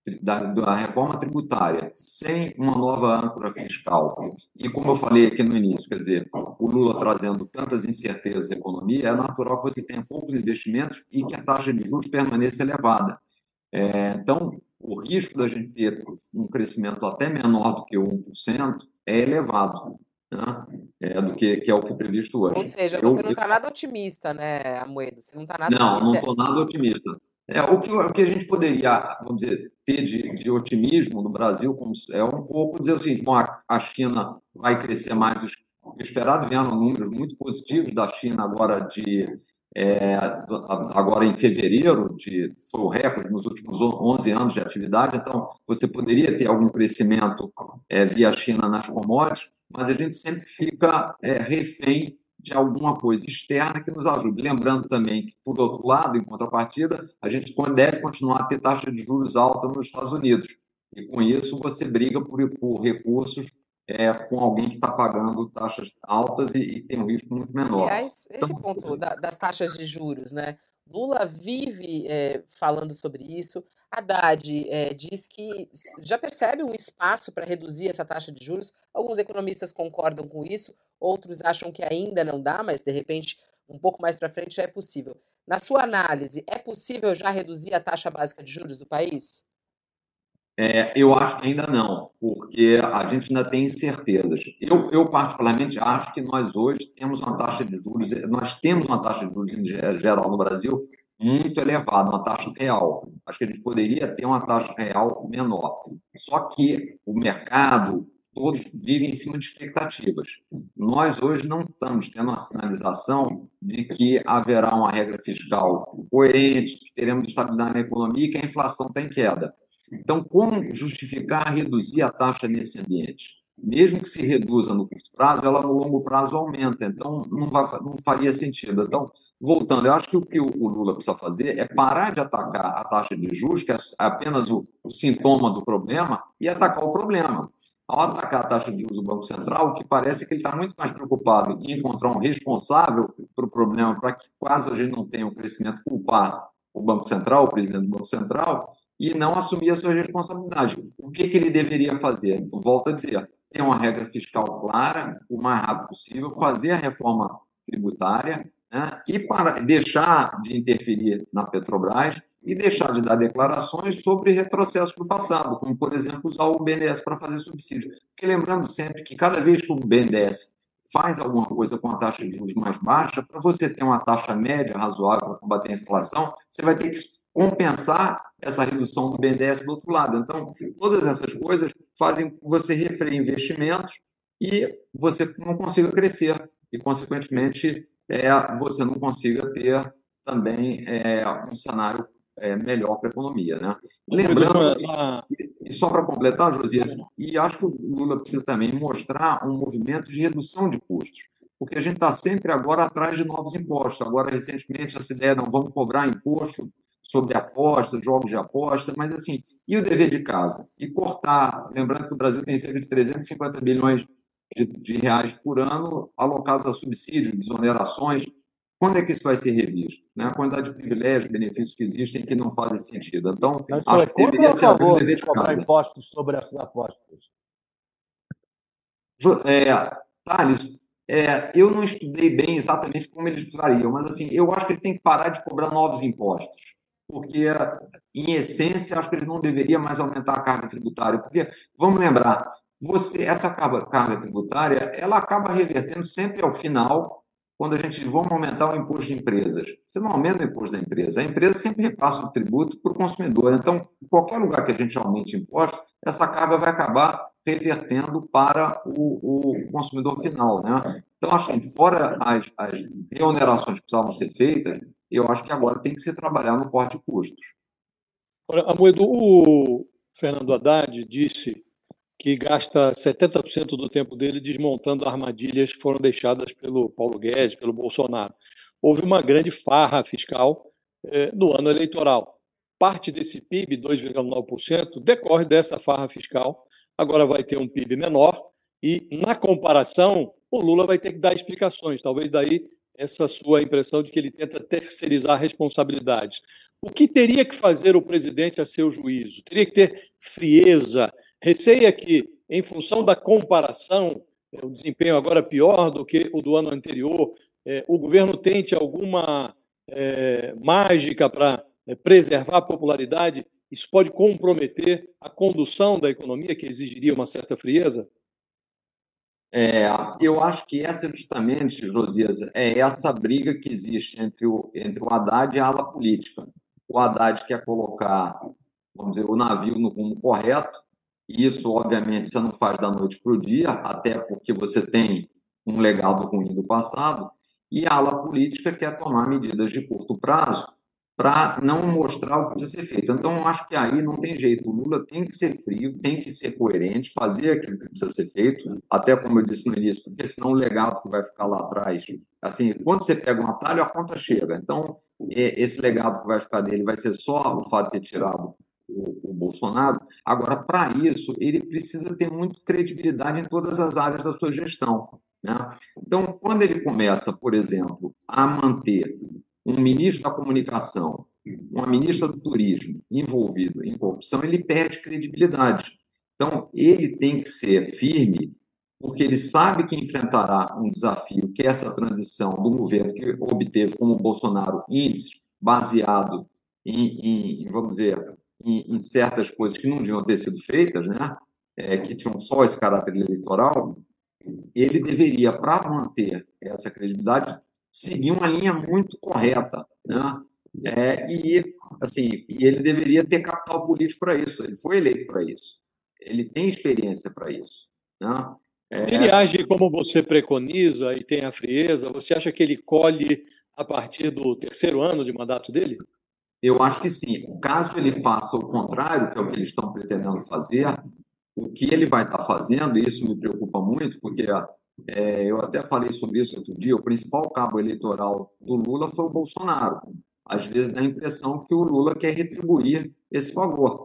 da, da reforma tributária sem uma nova âncora fiscal, e como eu falei aqui no início, quer dizer, o Lula trazendo tantas incertezas à economia, é natural que você tenha poucos investimentos e que a taxa de juros permaneça elevada. É, então, o risco da gente ter um crescimento até menor do que um por cento é elevado, né? É, do que, que é o que é previsto hoje. Ou seja, eu, você não está eu... nada otimista, né, Amoedo? Você não está nada Não, otimista. não estou nada otimista. É, o, que, o que a gente poderia, vamos dizer, ter de, de otimismo no Brasil como, é um pouco dizer assim, bom, a, a China vai crescer mais do que esperado, vendo números muito positivos da China agora de é, agora em fevereiro, de, foi o recorde nos últimos onze anos de atividade, então você poderia ter algum crescimento é, via China nas commodities, mas a gente sempre fica é, refém de alguma coisa externa que nos ajude. Lembrando também que, por outro lado, em contrapartida, a gente deve continuar a ter taxa de juros alta nos Estados Unidos. E, com isso, você briga por, por recursos é, com alguém que está pagando taxas altas e, e tem um risco muito menor. Aliás, esse então, ponto da, das taxas de juros, né? Lula vive é, falando sobre isso. Haddad é, diz que já percebe um espaço para reduzir essa taxa de juros. Alguns economistas concordam com isso, outros acham que ainda não dá, mas de repente, um pouco mais para frente já é possível. Na sua análise, é possível já reduzir a taxa básica de juros do país? É, eu acho que ainda não, porque a gente ainda tem incertezas. Eu, eu, particularmente, acho que nós hoje temos uma taxa de juros, nós temos uma taxa de juros em geral no Brasil muito elevada, uma taxa real. Acho que a gente poderia ter uma taxa real menor. Só que o mercado, todos vivem em cima de expectativas. Nós hoje não estamos tendo uma sinalização de que haverá uma regra fiscal coerente, que teremos estabilidade na economia e que a inflação está em queda. Então, como justificar reduzir a taxa nesse ambiente? Mesmo que se reduza no curto prazo, ela no longo prazo aumenta. Então, não, vai, não faria sentido. Então, voltando, eu acho que o que o Lula precisa fazer é parar de atacar a taxa de juros, que é apenas o, o sintoma do problema, e atacar o problema. Ao atacar a taxa de juros do Banco Central, o que parece é que ele está muito mais preocupado em encontrar um responsável para o problema, para que, caso a gente não tenha um crescimento, culpar o Banco Central, o presidente do Banco Central, e não assumir a sua responsabilidade. O que, que ele deveria fazer? Então, volto a dizer, ter uma regra fiscal clara, o mais rápido possível, fazer a reforma tributária, né, e para deixar de interferir na Petrobras e deixar de dar declarações sobre retrocessos do passado, como, por exemplo, usar o B N D E S para fazer subsídio. Porque lembrando sempre que cada vez que o B N D E S faz alguma coisa com a taxa de juros mais baixa, para você ter uma taxa média razoável para combater a inflação, você vai ter que compensar essa redução do B N D E S do outro lado. Então, todas essas coisas fazem com que você refreie investimentos e você não consiga crescer e, consequentemente, é, você não consiga ter também é, um cenário é, melhor para a economia, né? Lembrando, e só para completar, Josias, e acho que o Lula precisa também mostrar um movimento de redução de custos, porque a gente está sempre agora atrás de novos impostos. Agora, recentemente, essa ideia, não vamos cobrar imposto sobre apostas, jogos de aposta, mas assim, e o dever de casa? E cortar, lembrando que o Brasil tem cerca de trezentos e cinquenta bilhões de, de reais por ano alocados a subsídios, desonerações. Quando é que isso vai ser revisto? Né? A quantidade de privilégios, benefícios que existem que não fazem sentido. Então, mas acho que deveria ser favor o dever de cobrar casa. Impostos sobre essas apostas. É, Thales, é, eu não estudei bem exatamente como eles fariam, mas assim, eu acho que ele tem que parar de cobrar novos impostos, porque, em essência, acho que ele não deveria mais aumentar a carga tributária, porque, vamos lembrar, você, essa carga, carga tributária, ela acaba revertendo sempre ao final, quando a gente diz, vamos aumentar o imposto de empresas. Você não aumenta o imposto da empresa, a empresa sempre repassa o tributo para o consumidor. Então, em qualquer lugar que a gente aumente imposto, essa carga vai acabar revertendo para o, o consumidor final, né? Então, assim, fora as, as reonerações que precisavam ser feitas, eu acho que agora tem que se trabalhar no corte de custos. Olha, Amoedo, o Fernando Haddad disse que gasta setenta por cento do tempo dele desmontando armadilhas que foram deixadas pelo Paulo Guedes, pelo Bolsonaro. Houve uma grande farra fiscal eh, no ano eleitoral. Parte desse P I B, dois vírgula nove por cento, decorre dessa farra fiscal. Agora vai ter um P I B menor e, na comparação, o Lula vai ter que dar explicações. Talvez daí essa sua impressão de que ele tenta terceirizar responsabilidades. O que teria que fazer o presidente a seu juízo? Teria que ter frieza? Receia que, em função da comparação, o desempenho agora pior do que o do ano anterior, o governo tente alguma é, mágica para preservar a popularidade? Isso pode comprometer a condução da economia, que exigiria uma certa frieza? É, eu acho que essa justamente, Josias, é essa briga que existe entre o, entre o Haddad e a ala política. O Haddad quer colocar, vamos dizer, o navio no rumo correto, e isso, obviamente, você não faz da noite para o dia, até porque você tem um legado ruim do passado, e a ala política quer tomar medidas de curto prazo para não mostrar o que precisa ser feito. Então, eu acho que aí não tem jeito. O Lula tem que ser frio, tem que ser coerente, fazer aquilo que precisa ser feito, até como eu disse no início, porque senão o legado que vai ficar lá atrás, assim, quando você pega um atalho, a conta chega. Então, esse legado que vai ficar dele vai ser só o fato de ter tirado o, o Bolsonaro. Agora, para isso, ele precisa ter muita credibilidade em todas as áreas da sua gestão, né? Então, quando ele começa, por exemplo, a manter um ministro da comunicação, uma ministra do turismo envolvido em corrupção, ele perde credibilidade. Então, ele tem que ser firme, porque ele sabe que enfrentará um desafio, que é essa transição do governo que obteve, como o Bolsonaro, índices baseado em, em vamos dizer, em, em certas coisas que não deviam ter sido feitas, né? É, que tinham só esse caráter eleitoral. Ele deveria, para manter essa credibilidade, seguir uma linha muito correta, né? É, e, assim, e ele deveria ter capital político para isso. Ele foi eleito para isso. Ele tem experiência para isso, né? É... Ele age como você preconiza e tem a frieza? Você acha que ele colhe a partir do terceiro ano de mandato dele? Eu acho que sim. Caso ele faça o contrário, que é o que eles estão pretendendo fazer, o que ele vai estar fazendo, e isso me preocupa muito, porque é, eu até falei sobre isso outro dia, o principal cabo eleitoral do Lula foi o Bolsonaro. Às vezes dá a impressão que o Lula quer retribuir esse favor.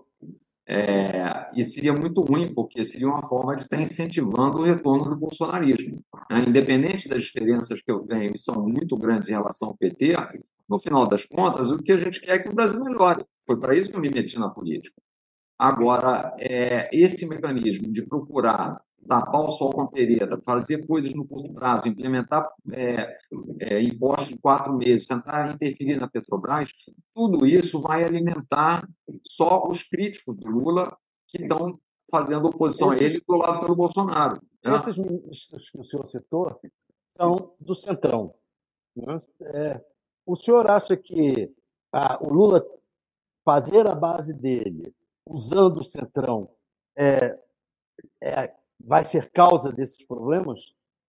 É, e seria muito ruim, porque seria uma forma de estar incentivando o retorno do bolsonarismo. É, independente das diferenças que eu tenho, e são muito grandes em relação ao P T, no final das contas, o que a gente quer é que o Brasil melhore. Foi para isso que eu me meti na política. Agora, é, esse mecanismo de procurar tapar o sol com a peneira, fazer coisas no curto prazo, implementar é, é, impostos de quatro meses, tentar interferir na Petrobras, tudo isso vai alimentar só os críticos do Lula que estão fazendo oposição esses, a ele do lado pelo Bolsonaro. Né? Esses ministros que o senhor citou são do Centrão. Né? É, o senhor acha que ah, o Lula fazer a base dele usando o Centrão é, é, vai ser causa desses problemas?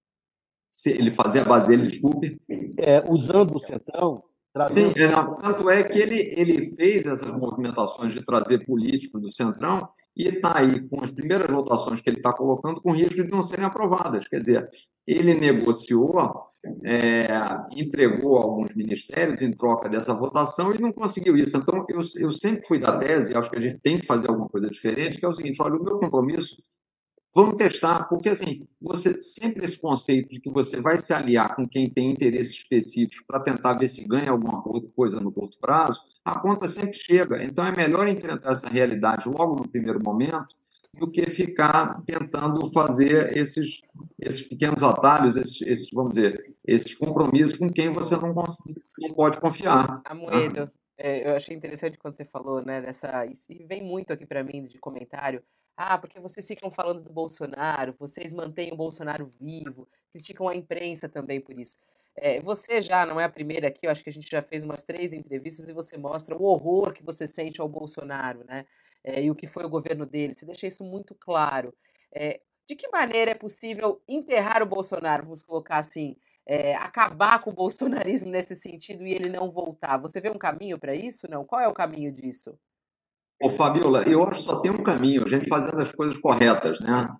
Se ele fazer a base dele, desculpe. É, usando o Centrão? Sim, é, não, tanto é que ele, ele fez essas movimentações de trazer políticos do Centrão e está aí com as primeiras votações que ele está colocando com risco de não serem aprovadas. Quer dizer, ele negociou, é, entregou alguns ministérios em troca dessa votação e não conseguiu isso. Então, eu, eu sempre fui da tese, acho que a gente tem que fazer alguma coisa diferente, que é o seguinte: olha, o meu compromisso, vamos testar, porque assim, você sempre esse conceito de que você vai se aliar com quem tem interesses específicos para tentar ver se ganha alguma coisa no curto prazo, a conta sempre chega. Então, é melhor enfrentar essa realidade logo no primeiro momento do que ficar tentando fazer esses, esses pequenos atalhos, esses, esses, vamos dizer, esses compromissos com quem você não, consegue, não pode confiar. Amoedo, ah. é, eu achei interessante quando você falou, né, dessa, e vem muito aqui para mim de comentário, ah, porque vocês ficam falando do Bolsonaro, vocês mantêm o Bolsonaro vivo, criticam a imprensa também por isso. É, você já não é a primeira aqui, eu acho que a gente já fez umas três entrevistas e você mostra o horror que você sente ao Bolsonaro, né? É, e o que foi o governo dele, você deixa isso muito claro. É, de que maneira é possível enterrar o Bolsonaro, vamos colocar assim, é, acabar com o bolsonarismo nesse sentido e ele não voltar? Você vê um caminho para isso? Não? Qual é o caminho disso? Ô, Fabiola, eu acho que só tem um caminho, a gente fazendo as coisas corretas, né?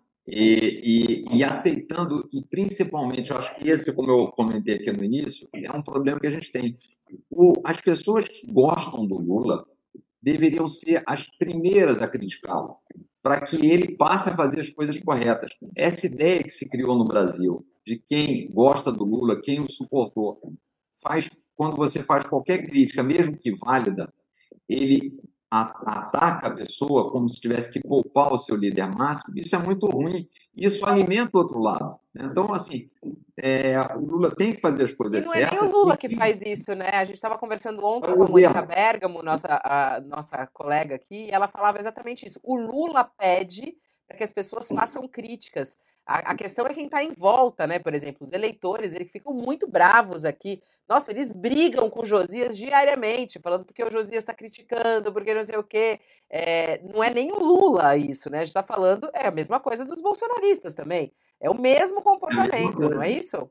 E, e, e aceitando, e principalmente, eu acho que esse, como eu comentei aqui no início, é um problema que a gente tem. O, as pessoas que gostam do Lula deveriam ser as primeiras a criticá-lo, para que ele passe a fazer as coisas corretas. Essa ideia que se criou no Brasil, de quem gosta do Lula, quem o suportou, faz, quando você faz qualquer crítica, mesmo que válida, ele ataca a pessoa como se tivesse que poupar o seu líder máximo, isso é muito ruim, isso alimenta o outro lado. Então, assim, é, o Lula tem que fazer as coisas certas. E não certas. é nem o Lula que faz isso, né? A gente estava conversando ontem com a Mônica Bergamo, nossa, a, nossa colega aqui, e ela falava exatamente isso. O Lula pede para que as pessoas façam críticas. A, a questão é quem está em volta, né? Por exemplo, os eleitores, eles ficam muito bravos aqui. Nossa, eles brigam com o Josias diariamente, falando porque o Josias está criticando, porque não sei o quê. É, não é nem o Lula isso, né? A gente está falando, é a mesma coisa dos bolsonaristas também. É o mesmo comportamento, é não é isso?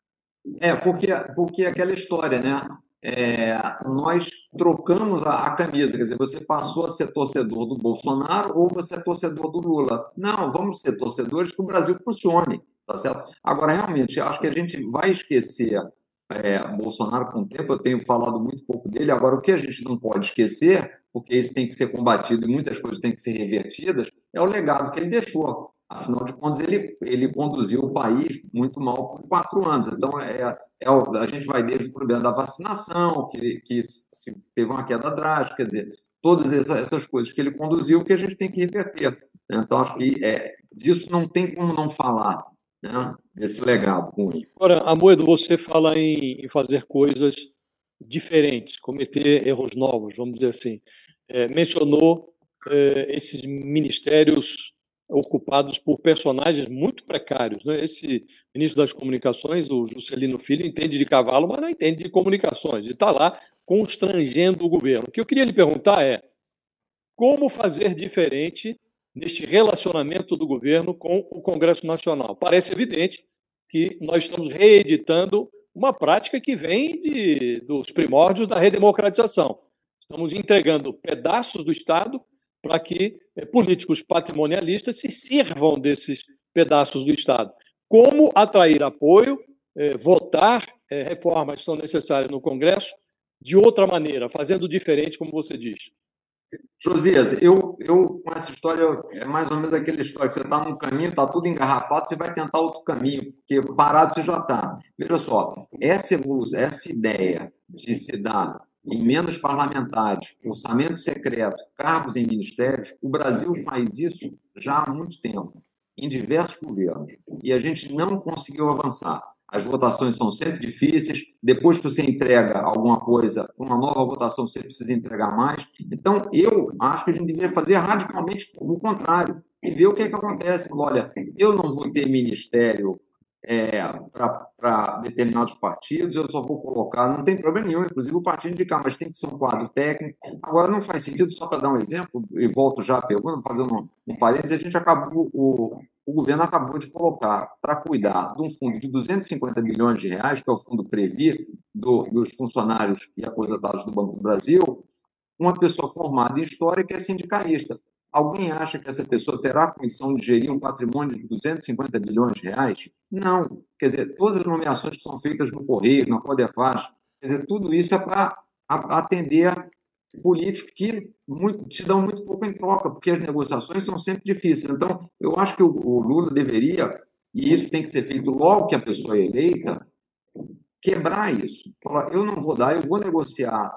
É, porque, porque aquela história, né? É, nós trocamos a, a camisa, quer dizer, você passou a ser torcedor do Bolsonaro ou você é torcedor do Lula. Não, vamos ser torcedores que o Brasil funcione, tá certo? Agora, realmente, acho que a gente vai esquecer é, Bolsonaro com o tempo, eu tenho falado muito pouco dele, agora o que a gente não pode esquecer, porque isso tem que ser combatido e muitas coisas têm que ser revertidas, é o legado que ele deixou. Afinal de contas, ele, ele conduziu o país muito mal por quatro anos. Então, é, é, a gente vai desde o problema da vacinação, que, que se teve uma queda drástica, quer dizer, todas essas coisas que ele conduziu que a gente tem que reverter. Então, acho que é, disso não tem como não falar, né, desse legado ruim. Agora, Amoedo, você fala em, em fazer coisas diferentes, cometer erros novos, vamos dizer assim. É, mencionou é, esses ministérios ocupados por personagens muito precários, né? Esse ministro das Comunicações, o Juscelino Filho, entende de cavalo, mas não entende de comunicações, e está lá constrangendo o governo. O que eu queria lhe perguntar é como fazer diferente neste relacionamento do governo com o Congresso Nacional. Parece evidente que nós estamos reeditando uma prática que vem de, dos primórdios da redemocratização. Estamos entregando pedaços do Estado para que eh, políticos patrimonialistas se sirvam desses pedaços do Estado. Como atrair apoio, eh, votar eh, reformas que são necessárias no Congresso de outra maneira, fazendo diferente, como você diz. Josias, eu, eu com essa história, é mais ou menos aquela história, que você está num caminho, está tudo engarrafado, você vai tentar outro caminho, porque parado você já está. Veja só, essa evolução, essa ideia de se dar emendas parlamentares, orçamento secreto, cargos em ministérios, o Brasil faz isso já há muito tempo, em diversos governos, e a gente não conseguiu avançar. As votações são sempre difíceis, depois que você entrega alguma coisa, uma nova votação, você precisa entregar mais. Então, eu acho que a gente deveria fazer radicalmente o contrário, e ver o que é que acontece. Olha, eu não vou ter ministério É, para determinados partidos, eu só vou colocar, não tem problema nenhum, inclusive o partido indicar, mas tem que ser um quadro técnico. Agora, não faz sentido, só para dar um exemplo, e volto já à pergunta, fazendo um, um parênteses, a gente acabou, o, o governo acabou de colocar para cuidar de um fundo de duzentos e cinquenta bilhões de reais, que é o fundo Previ, do, dos funcionários e aposentados do Banco do Brasil, uma pessoa formada em História que é sindicalista. Alguém acha que essa pessoa terá a condição de gerir um patrimônio de duzentos e cinquenta bilhões de reais? Não. Quer dizer, todas as nomeações que são feitas no Correio, na Codefaz, quer dizer, tudo isso é para atender políticos que muito, te dão muito pouco em troca, porque as negociações são sempre difíceis. Então, eu acho que o, o Lula deveria, e isso tem que ser feito logo que a pessoa é eleita, quebrar isso. Falar, eu não vou dar, eu vou negociar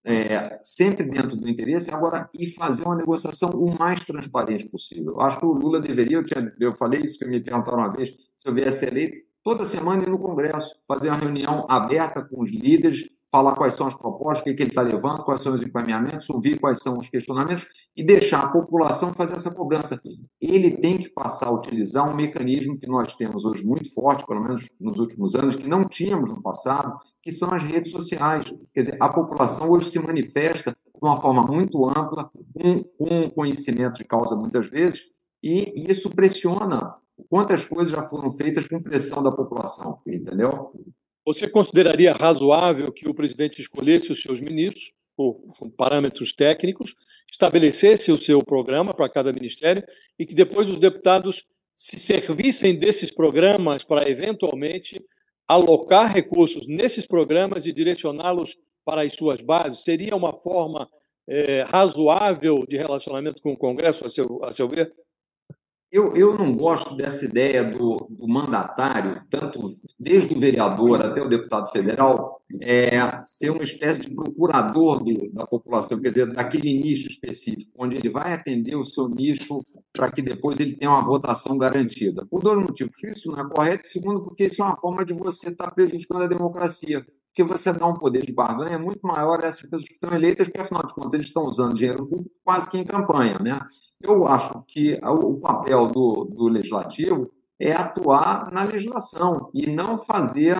É, sempre dentro do interesse, agora, e fazer uma negociação o mais transparente possível. Eu acho que o Lula deveria, eu, tinha, eu falei isso que me perguntaram uma vez, se eu viesse eleito, toda semana ir no Congresso, fazer uma reunião aberta com os líderes, falar quais são as propostas, o que, que ele está levando, quais são os encaminhamentos, ouvir quais são os questionamentos e deixar a população fazer essa cobrança. Ele tem que passar a utilizar um mecanismo que nós temos hoje muito forte, pelo menos nos últimos anos, que não tínhamos no passado, que são as redes sociais. Quer dizer, a população hoje se manifesta de uma forma muito ampla, com, com conhecimento de causa muitas vezes, e isso pressiona quantas coisas já foram feitas com pressão da população, entendeu? Você consideraria razoável que o presidente escolhesse os seus ministros, por, por parâmetros técnicos, estabelecesse o seu programa para cada ministério e que depois os deputados se servissem desses programas para, eventualmente, alocar recursos nesses programas e direcioná-los para as suas bases? Seria uma forma é, razoável de relacionamento com o Congresso, a seu, a seu ver? Eu, eu não gosto dessa ideia do, do mandatário, tanto desde o vereador até o deputado federal, é, ser uma espécie de procurador do, da população, quer dizer, daquele nicho específico, onde ele vai atender o seu nicho para que depois ele tenha uma votação garantida. Por dois motivos. Isso não é correto. Segundo, porque isso é uma forma de você estar prejudicando a democracia. Porque você dá um poder de barganha muito maior a essas pessoas que estão eleitas, porque, afinal de contas, eles estão usando dinheiro público quase que em campanha, né? Eu acho que o papel do, do legislativo é atuar na legislação e não fazer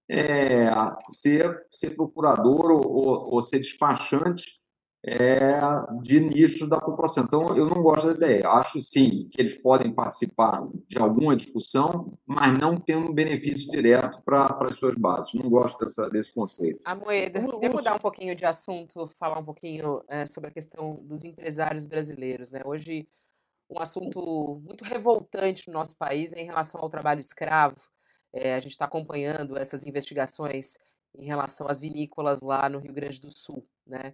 é, ser, ser procurador ou, ou ser despachante é, de nichos da população. Então, eu não gosto da ideia. Acho, sim, que eles podem participar de alguma discussão, mas não tendo benefício direto para as suas bases. Não gosto dessa, desse conceito. Amoedo, eu queria mudar um pouquinho de assunto, falar um pouquinho é, sobre a questão dos empresários brasileiros, né? Hoje, um assunto muito revoltante no nosso país em relação ao trabalho escravo. É, a gente está acompanhando essas investigações em relação às vinícolas lá no Rio Grande do Sul, né?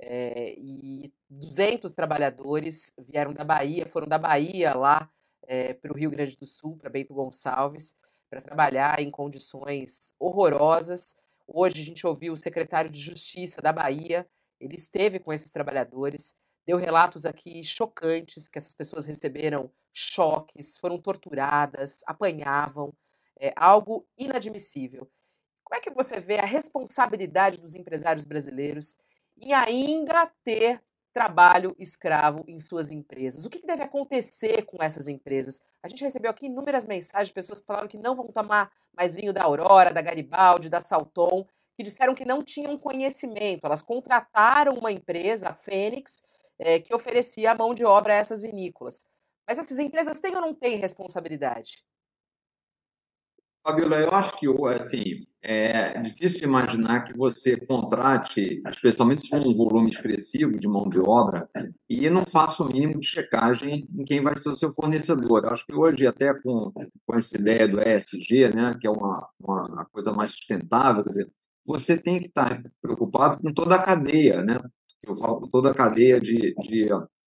É, e duzentos trabalhadores vieram da Bahia, foram da Bahia lá é, para o Rio Grande do Sul, para Bento Gonçalves, para trabalhar em condições horrorosas. Hoje a gente ouviu o secretário de Justiça da Bahia, ele esteve com esses trabalhadores, deu relatos aqui chocantes, que essas pessoas receberam choques, foram torturadas, apanhavam, é algo inadmissível. Como é que você vê a responsabilidade dos empresários brasileiros em ainda ter trabalho escravo em suas empresas? O que deve acontecer com essas empresas? A gente recebeu aqui inúmeras mensagens de pessoas que falaram que não vão tomar mais vinho da Aurora, da Garibaldi, da Salton, que disseram que não tinham conhecimento. Elas contrataram uma empresa, a Fênix, é, que oferecia a mão de obra a essas vinícolas. Mas essas empresas têm ou não têm responsabilidade? Fabiola, eu acho que assim, é difícil de imaginar que você contrate, especialmente se for um volume expressivo de mão de obra, e não faça o mínimo de checagem em quem vai ser o seu fornecedor. Eu acho que hoje, até com, com essa ideia do E S G, né, que é uma, uma coisa mais sustentável, quer dizer, você tem que estar preocupado com toda a cadeia, né? Eu falo com toda a cadeia de, de,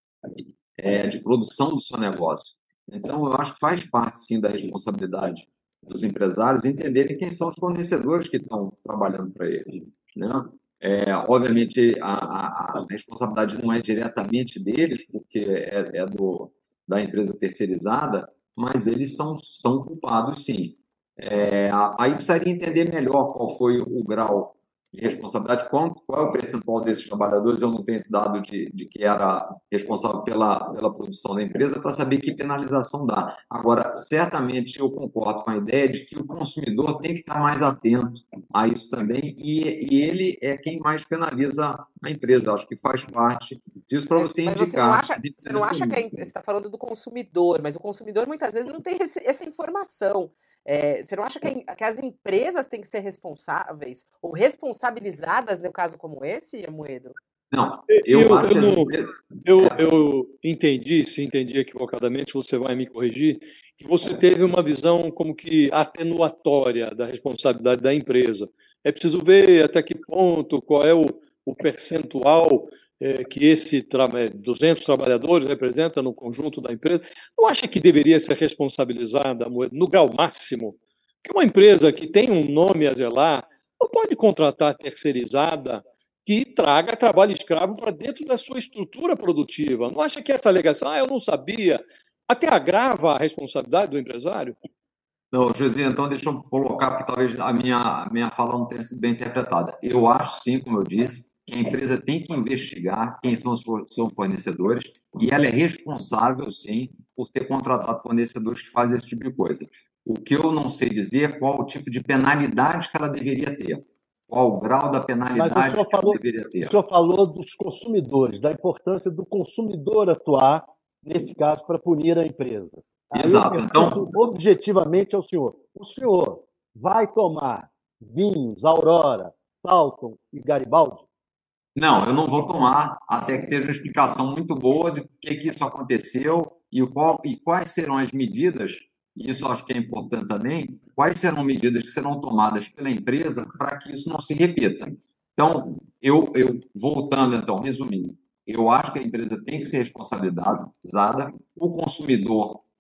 é, de produção do seu negócio. Então, eu acho que faz parte, sim, da responsabilidade dos empresários entenderem quem são os fornecedores que estão trabalhando para eles, né? É, obviamente, a, a, a responsabilidade não é diretamente deles, porque é, é do, da empresa terceirizada, mas eles são, são culpados, sim. É, aí precisaria entender melhor qual foi o grau de responsabilidade, qual, qual é o percentual desses trabalhadores, eu não tenho esse dado de, de que era responsável pela, pela produção da empresa, para saber que penalização dá. Agora, certamente eu concordo com a ideia de que o consumidor tem que estar mais atento a isso também, e, e ele é quem mais penaliza a empresa. Eu acho que faz parte disso para você mas indicar. Você não acha, você não acha que a, você está falando do consumidor, mas o consumidor muitas vezes não tem esse, essa informação. É, você não acha que, que as empresas têm que ser responsáveis ou responsabilizadas no caso como esse, Amoedo? Não, eu, eu acho eu, não, empresas... eu, eu entendi, se entendi equivocadamente, você vai me corrigir, que você teve uma visão como que atenuatória da responsabilidade da empresa. É preciso ver até que ponto, qual é o, o percentual é, que esse tra duzentos trabalhadores representa no conjunto da empresa. Não acha que deveria ser responsabilizada no grau máximo? Que uma empresa que tem um nome a zelar não pode contratar terceirizada que traga trabalho escravo para dentro da sua estrutura produtiva. Não acha que essa alegação, ah, eu não sabia, até agrava a responsabilidade do empresário? Não, José, então deixa eu colocar, porque talvez a minha, a minha fala não tenha sido bem interpretada. Eu acho, sim, como eu disse, que a empresa tem que investigar quem são os seus fornecedores e ela é responsável, sim, por ter contratado fornecedores que fazem esse tipo de coisa. O que eu não sei dizer é qual o tipo de penalidade que ela deveria ter. Qual o grau da penalidade que falou, ela deveria ter. O senhor falou dos consumidores, da importância do consumidor atuar, nesse caso, para punir a empresa. Aí Exato. Então, objetivamente ao senhor. O senhor vai tomar vinhos Aurora, Salton e Garibaldi? Não, eu não vou tomar até que esteja uma explicação muito boa de por que, que isso aconteceu e, qual, e quais serão as medidas, e isso eu acho que é importante também, quais serão medidas que serão tomadas pela empresa para que isso não se repita. Então, eu, eu voltando, então, resumindo, eu acho que a empresa tem que ser responsabilizada, o consumidor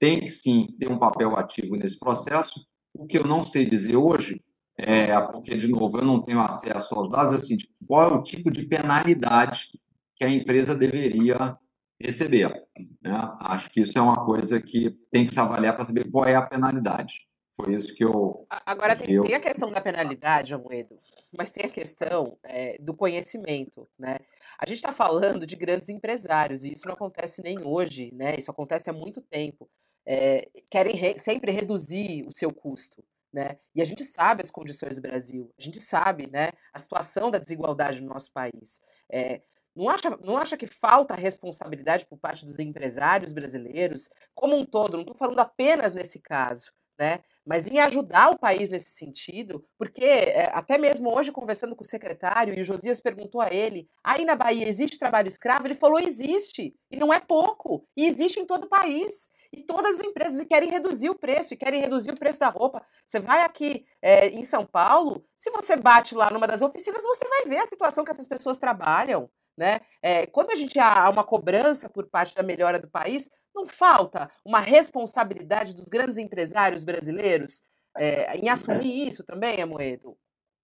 tem que sim ter um papel ativo nesse processo. O que eu não sei dizer hoje, é, porque, de novo, eu não tenho acesso aos dados, é assim, qual é o tipo de penalidade que a empresa deveria receber, né? Acho que isso é uma coisa que tem que se avaliar para saber qual é a penalidade. Foi isso que eu... Agora, tem, eu... tem a questão da penalidade, Amoedo, mas tem a questão é, do conhecimento, né? A gente está falando de grandes empresários, e isso não acontece nem hoje, né? Isso acontece há muito tempo. É, querem re, sempre reduzir o seu custo, né? E a gente sabe as condições do Brasil, a gente sabe, né, a situação da desigualdade no nosso país. É, não acha, não acha que falta responsabilidade por parte dos empresários brasileiros, como um todo? Não estou falando apenas nesse caso, né? Mas em ajudar o país nesse sentido, porque é, até mesmo hoje, conversando com o secretário, e o Josias perguntou a ele, aí na Bahia existe trabalho escravo? Ele falou, existe, e não é pouco, e existe em todo o país. E todas as empresas querem reduzir o preço, e querem reduzir o preço da roupa. Você vai aqui é, em São Paulo, se você bate lá numa das oficinas, você vai ver a situação que essas pessoas trabalham, né? É, quando a gente há uma cobrança por parte da melhora do país, não falta uma responsabilidade dos grandes empresários brasileiros é, em assumir isso também, Amoedo?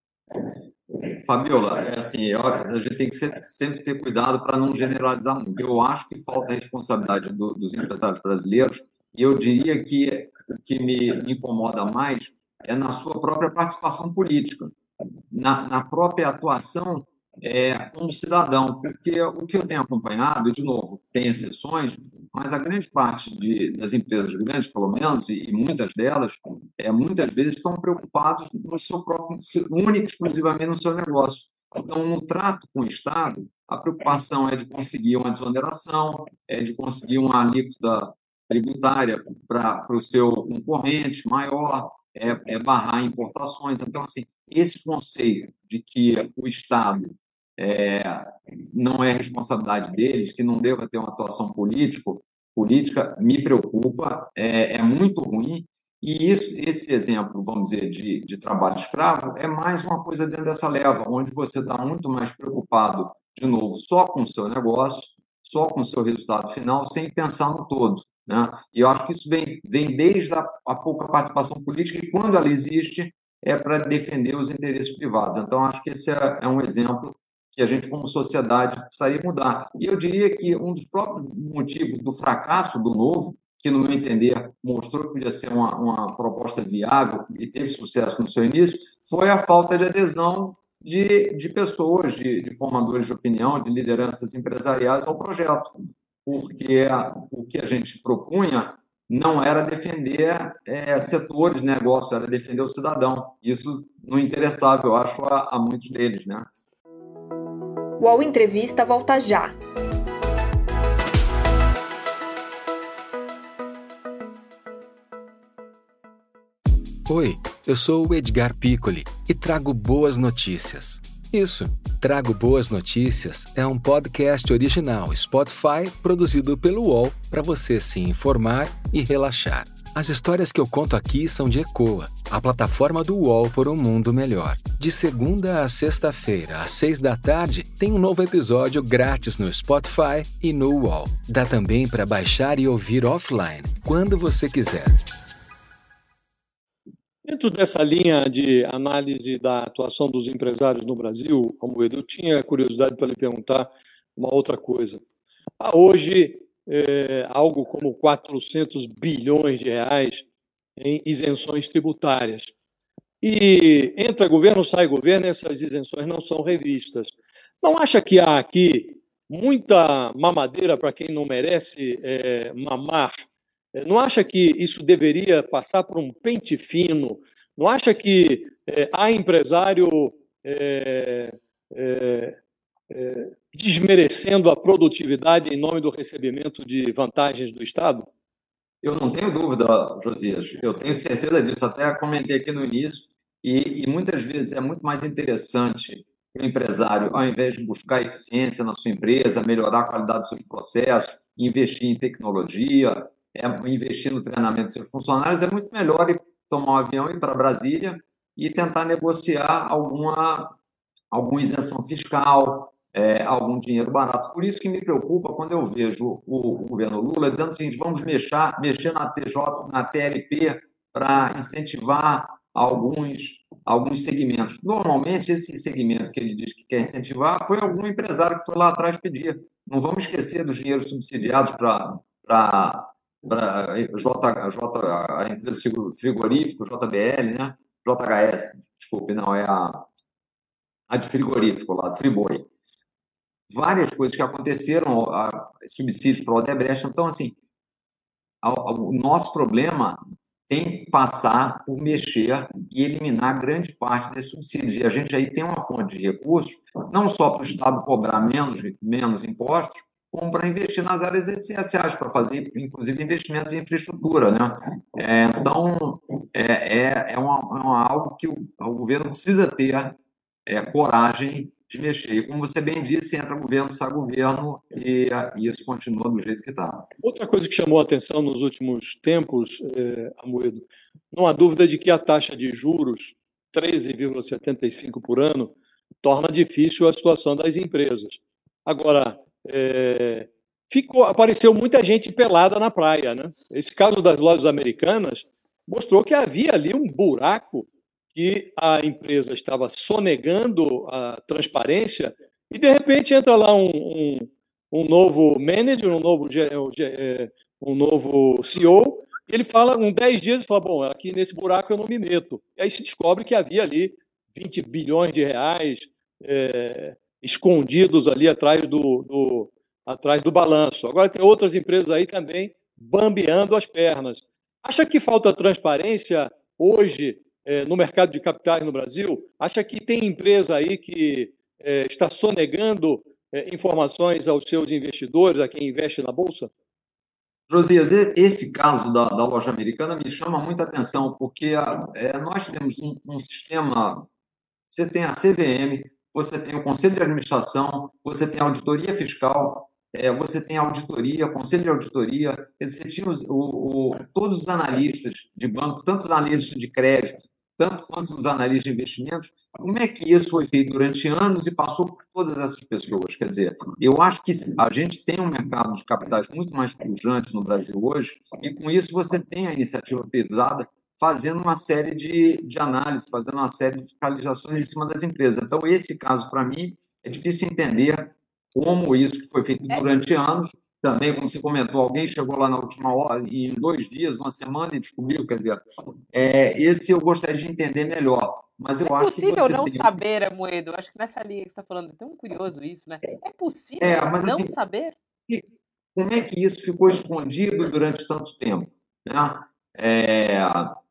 Fabiola, é assim, a gente tem que ser, sempre ter cuidado para não generalizar muito. Eu acho que falta responsabilidade do, dos empresários brasileiros, e eu diria que o que me, me incomoda mais é na sua própria participação política, na, na própria atuação é, como cidadão, porque o que eu tenho acompanhado, de novo, tem exceções, mas a grande parte de, das empresas grandes, pelo menos, e, e muitas delas, é, muitas vezes estão preocupados no seu próprio, única e exclusivamente no seu negócio. Então, no trato com o Estado, a preocupação é de conseguir uma desoneração, é de conseguir uma alíquota tributária para o seu concorrente maior, é, é barrar importações. Então, assim, esse conceito de que o Estado é, não é responsabilidade deles, que não deva ter uma atuação político, política, me preocupa, é, é muito ruim. E isso, esse exemplo, vamos dizer, de, de trabalho escravo é mais uma coisa dentro dessa leva, onde você está muito mais preocupado, de novo, só com o seu negócio, só com o seu resultado final, sem pensar no todo, né? E eu acho que isso vem, vem desde a, a pouca participação política, e quando ela existe, é para defender os interesses privados. Então, acho que esse é, é um exemplo que a gente, como sociedade, precisaria mudar. E eu diria que um dos próprios motivos do fracasso do Novo, que, no meu entender, mostrou que podia ser uma, uma proposta viável e teve sucesso no seu início, foi a falta de adesão de, de pessoas, de, de formadores de opinião, de lideranças empresariais ao projeto, porque o que a gente propunha não era defender é, setores de negócio, era defender o cidadão. Isso não interessava, eu acho, a, a muitos deles, né? O U O L Entrevista volta já. Oi, eu sou o Edgar Piccoli e trago boas notícias. Isso, Trago Boas Notícias é um podcast original Spotify produzido pelo U O L para você se informar e relaxar. As histórias que eu conto aqui são de Ecoa, a plataforma do U O L por um mundo melhor. De segunda a sexta-feira, às seis da tarde, tem um novo episódio grátis no Spotify e no U O L. Dá também para baixar e ouvir offline, quando você quiser. Dentro dessa linha de análise da atuação dos empresários no Brasil, Amoedo, eu tinha curiosidade para lhe perguntar uma outra coisa. Há hoje é, algo como quatrocentos bilhões de reais em isenções tributárias. E entra governo, sai governo, e essas isenções não são revistas. Não acha que há aqui muita mamadeira para quem não merece é, mamar? Não acha que isso deveria passar por um pente fino? Não acha que é, há empresário é, é, é, desmerecendo a produtividade em nome do recebimento de vantagens do Estado? Eu não tenho dúvida, Josias. Eu tenho certeza disso. Até comentei aqui no início. E, e muitas vezes é muito mais interessante o empresário, ao invés de buscar eficiência na sua empresa, melhorar a qualidade dos seus processos, investir em tecnologia, é, investir no treinamento dos seus funcionários, é muito melhor ir tomar um avião, ir para Brasília e tentar negociar alguma, alguma isenção fiscal, é, algum dinheiro barato. Por isso que me preocupa quando eu vejo o, o governo Lula dizendo o seguinte: vamos mexer, mexer na T J, na T L P para incentivar alguns, alguns segmentos. Normalmente, esse segmento que ele diz que quer incentivar foi algum empresário que foi lá atrás pedir. Não vamos esquecer dos dinheiros subsidiados para para J, J, a empresa frigorífico, J B L, né? J H S, desculpe, não, é a, a de frigorífico lá, Friboi. Várias coisas que aconteceram, a, subsídios para o Odebrecht. Então, assim, a, a, o nosso problema tem que passar por mexer e eliminar grande parte desses subsídios. E a gente aí tem uma fonte de recursos, não só para o Estado cobrar menos, menos impostos, como para investir nas áreas essenciais, para fazer, inclusive, investimentos em infraestrutura, né? É, então, é, é, é, uma, é uma algo que o, o governo precisa ter é, coragem de mexer. E, como você bem disse, entra governo, sai governo, e, e isso continua do jeito que está. Outra coisa que chamou a atenção nos últimos tempos, é, Amoedo, não há dúvida de que a taxa de juros, treze vírgula setenta e cinco por ano, torna difícil a situação das empresas. Agora, é, ficou, apareceu muita gente pelada na praia, né? Esse caso das lojas americanas mostrou que havia ali um buraco, que a empresa estava sonegando a transparência e, de repente, entra lá um, um, um novo manager, um novo, um novo C E O, e ele fala, com dez dias, e fala, bom, aqui nesse buraco eu não me meto. E aí se descobre que havia ali vinte bilhões de reais é, escondidos ali atrás do, do, atrás do balanço. Agora tem outras empresas aí também bambeando as pernas. Acha que falta transparência hoje no mercado de capitais no Brasil? Acha que tem empresa aí que é, está sonegando é, informações aos seus investidores, a quem investe na Bolsa? Josias, esse caso da, da loja americana me chama muita atenção, porque é, nós temos um, um sistema, você tem a C V M, você tem o Conselho de Administração, você tem a Auditoria Fiscal, é, você tem a Auditoria, Conselho de Auditoria, você tinha os, o, o, todos os analistas de banco, tanto os analistas de crédito, tanto quanto os analistas de investimentos. Como é que isso foi feito durante anos e passou por todas essas pessoas? Quer dizer, eu acho que a gente tem um mercado de capitais muito mais pujante no Brasil hoje, e com isso você tem a iniciativa privada fazendo uma série de, de análises, fazendo uma série de fiscalizações em cima das empresas. Então, esse caso, para mim, é difícil entender como isso que foi feito durante anos. Também, como você comentou, alguém chegou lá na última hora, e em dois dias, uma semana, e descobriu. Quer dizer, é, esse eu gostaria de entender melhor. Mas eu é acho possível que não tem... saber, Amoedo? Acho que nessa linha que você está falando, é tão curioso isso, né? É possível é, mas, não assim, saber? Como é que isso ficou escondido durante tanto tempo? Né? É,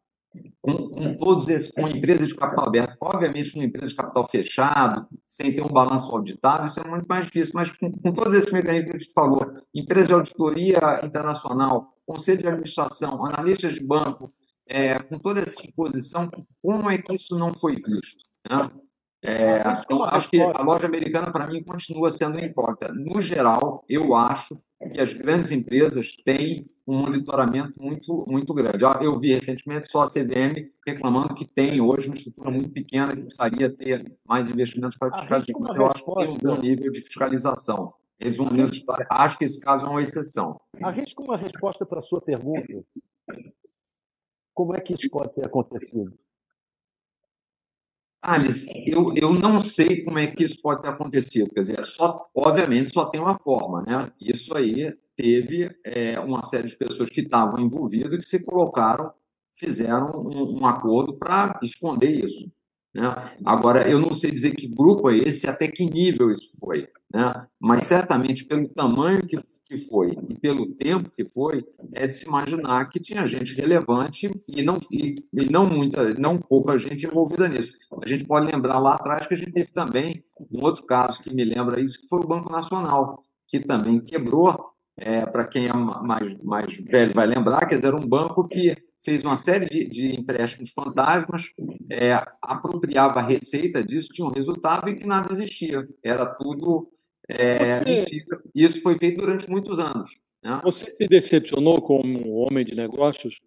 com, com todos esses, com empresas de capital aberto, obviamente, uma empresa de capital fechado, sem ter um balanço auditado, isso é muito mais difícil, mas com, com todos esses mecanismos que a gente falou, empresa de auditoria internacional, conselho de administração, analistas de banco, é, com toda essa exposição, como é que isso não foi visto? Né? É, eu acho que a loja americana, para mim, continua sendo incógnita. No geral, eu acho que as grandes empresas têm um monitoramento muito, muito grande. Eu vi recentemente só a C V M reclamando que tem hoje uma estrutura muito pequena, que precisaria ter mais investimentos para fiscalizar. Mas eu acho que tem um bom nível de fiscalização. Resumindo a história, acho que esse caso é uma exceção. Arrisca uma resposta para a sua pergunta. Como é que isso pode ter acontecido? Alice, eu, eu não sei como é que isso pode ter acontecido. Quer dizer, só, obviamente só tem uma forma, né? Isso aí teve é, uma série de pessoas que estavam envolvidas e que se colocaram, fizeram um, um acordo para esconder isso. Né? Agora, eu não sei dizer que grupo é esse, até que nível isso foi, né? Mas certamente pelo tamanho que, que foi e pelo tempo que foi, é de se imaginar que tinha gente relevante e não, e, e não muita, não pouca gente envolvida nisso. A gente pode lembrar lá atrás que a gente teve também um outro caso que me lembra isso, que foi o Banco Nacional, que também quebrou. É, para quem é mais, mais velho vai lembrar, quer dizer, era um banco que fez uma série de, de empréstimos fantasmas, é, apropriava a receita disso, tinha um resultado e que nada existia. Era tudo é, mentira. Isso foi feito durante muitos anos. Né? Você se decepcionou como homem de negócios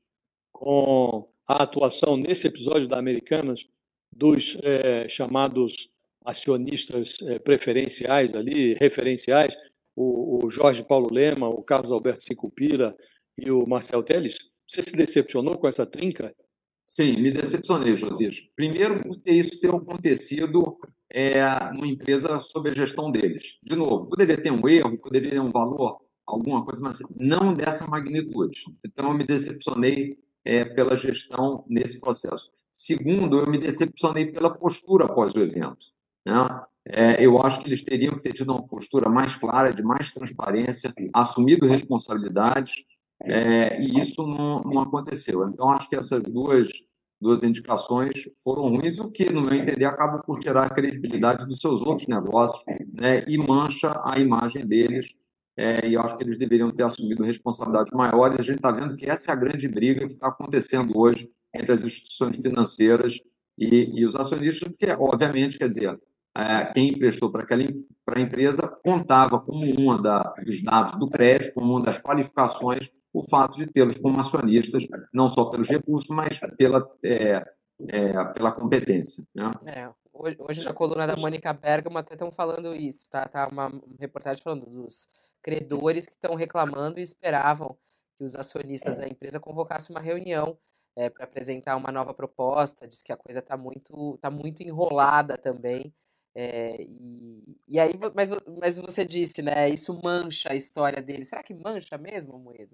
com a atuação nesse episódio da Americanas dos é, chamados acionistas eh, preferenciais ali, referenciais, o, o Jorge Paulo Lema, o Carlos Alberto Sicupira e o Marcel Telles? Você se decepcionou com essa trinca? Sim, me decepcionei, Josias. Primeiro, porque isso ter acontecido é, numa empresa sob a gestão deles. De novo, poderia ter um erro, poderia ter um valor, alguma coisa, mas não dessa magnitude. Então, eu me decepcionei é, pela gestão nesse processo. Segundo, eu me decepcionei pela postura após o evento, né? É, eu acho que eles teriam que ter tido uma postura mais clara, de mais transparência, assumido responsabilidades, é, e isso não, não aconteceu. Então, acho que essas duas, duas indicações foram ruins, o que, no meu entender, acaba por tirar a credibilidade dos seus outros negócios, né, e mancha a imagem deles. É, e eu acho que eles deveriam ter assumido responsabilidades maiores. A gente está vendo que essa é a grande briga que está acontecendo hoje entre as instituições financeiras e, e os acionistas, porque, obviamente, quer dizer, é, quem emprestou para aquela para a empresa contava como uma da, dos dados do crédito, como uma das qualificações, o fato de tê-los como acionistas, não só pelos recursos, mas pela, é, é, pela competência, né? É, hoje, hoje na coluna da Mônica Bergamo até estão falando isso, tá? Tá uma, uma reportagem falando dos credores que estão reclamando e esperavam que os acionistas da empresa convocassem uma reunião é, para apresentar uma nova proposta. Diz que a coisa está muito, tá muito enrolada também. É, e, e aí, vo- mas, vo- mas você disse, né? Isso mancha a história dele. Será que mancha mesmo, Moedo?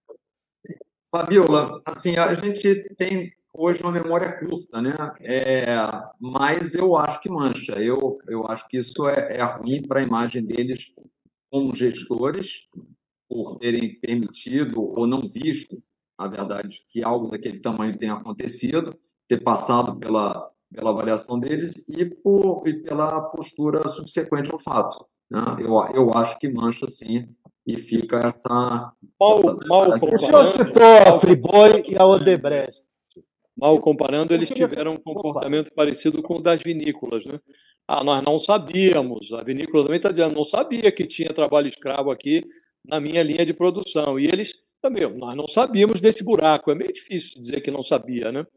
Fabiola, assim, a gente tem hoje uma memória curta, né? É, mas eu acho que mancha. Eu, eu acho que isso é, é ruim para a imagem deles como gestores, por terem permitido ou não visto, na verdade, que algo daquele tamanho tenha acontecido, ter passado pela, pela avaliação deles e, por, e pela postura subsequente ao fato, né? Eu, eu acho que mancha, sim, e fica essa... Mal, essa mal O senhor comparando, citou a Friboi e a Odebrecht. mal comparando, eles Eu queria- tiveram um Opa. comportamento parecido com o das vinícolas, né? Ah, nós não sabíamos, a vinícola também está dizendo, não sabia que tinha trabalho escravo aqui na minha linha de produção. E eles também, nós não sabíamos desse buraco. É meio difícil dizer que não sabia, né?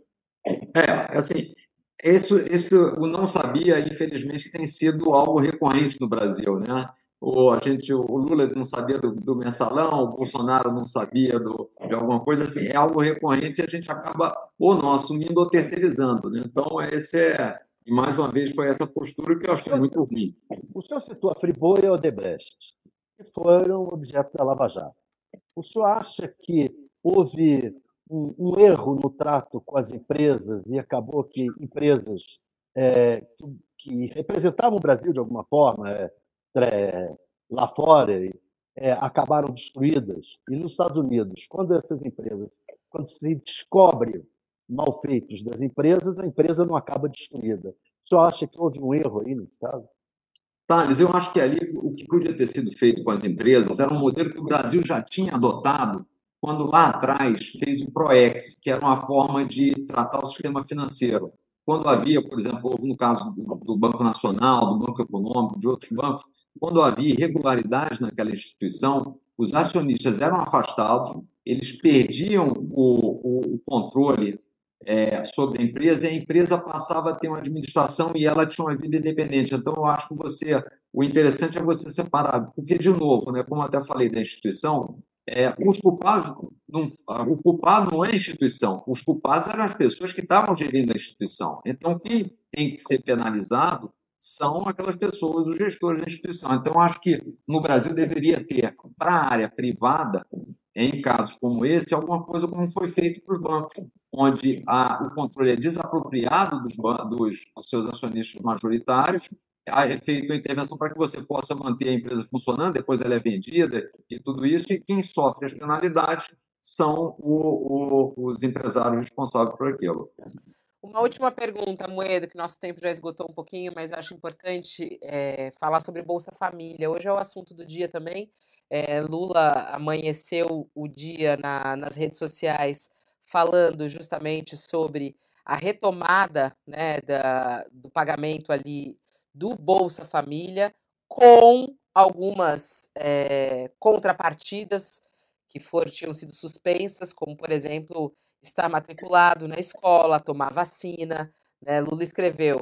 É, assim, esse, esse, o não sabia, infelizmente, tem sido algo recorrente no Brasil, né? O, a gente, o Lula não sabia do, do mensalão, o Bolsonaro não sabia do, de alguma coisa, assim, é algo recorrente e a gente acaba ou não assumindo ou terceirizando, né? Então, esse é, e mais uma vez, foi essa postura que eu acho que é muito ruim. O senhor citou a Friboi e a Odebrecht, que foram objeto da Lava Jato. O senhor acha que houve um, um erro no trato com as empresas e acabou que empresas é, que, que representavam o Brasil de alguma forma é, é, lá fora é, acabaram destruídas? E nos Estados Unidos, quando essas empresas, quando se descobre malfeitos das empresas, a empresa não acaba destruída. O senhor acha que houve um erro aí nesse caso? Thales, eu acho que ali o que podia ter sido feito com as empresas era um modelo que o Brasil já tinha adotado quando lá atrás fez o PROEX, que era uma forma de tratar o sistema financeiro. Quando havia, por exemplo, houve no caso do Banco Nacional, do Banco Econômico, de outros bancos, quando havia irregularidades naquela instituição, os acionistas eram afastados, eles perdiam o, o, o controle é, sobre a empresa, e a empresa passava a ter uma administração e ela tinha uma vida independente. Então, eu acho que você, o interessante é você separar, porque, de novo, né, como eu até falei da instituição, é, os culpados, não, o culpado não é a instituição, os culpados eram as pessoas que estavam gerindo a instituição. Então, quem tem que ser penalizado são aquelas pessoas, os gestores da instituição. Então, acho que no Brasil deveria ter, para a área privada, em casos como esse, alguma coisa como foi feito para os bancos, onde a, o controle é desapropriado dos, dos, dos seus acionistas majoritários, é feita a intervenção para que você possa manter a empresa funcionando, depois ela é vendida e tudo isso, e quem sofre as penalidades são o, o, os empresários responsáveis por aquilo. Uma última pergunta, Moedo, que nosso tempo já esgotou um pouquinho, mas acho importante é, falar sobre Bolsa Família. Hoje é o assunto do dia também. É, Lula amanheceu o dia na, nas redes sociais falando justamente sobre a retomada, né, da, do pagamento ali do Bolsa Família, com algumas é, contrapartidas que foram, tinham sido suspensas, como, por exemplo, estar matriculado na escola, tomar vacina, né? Lula escreveu,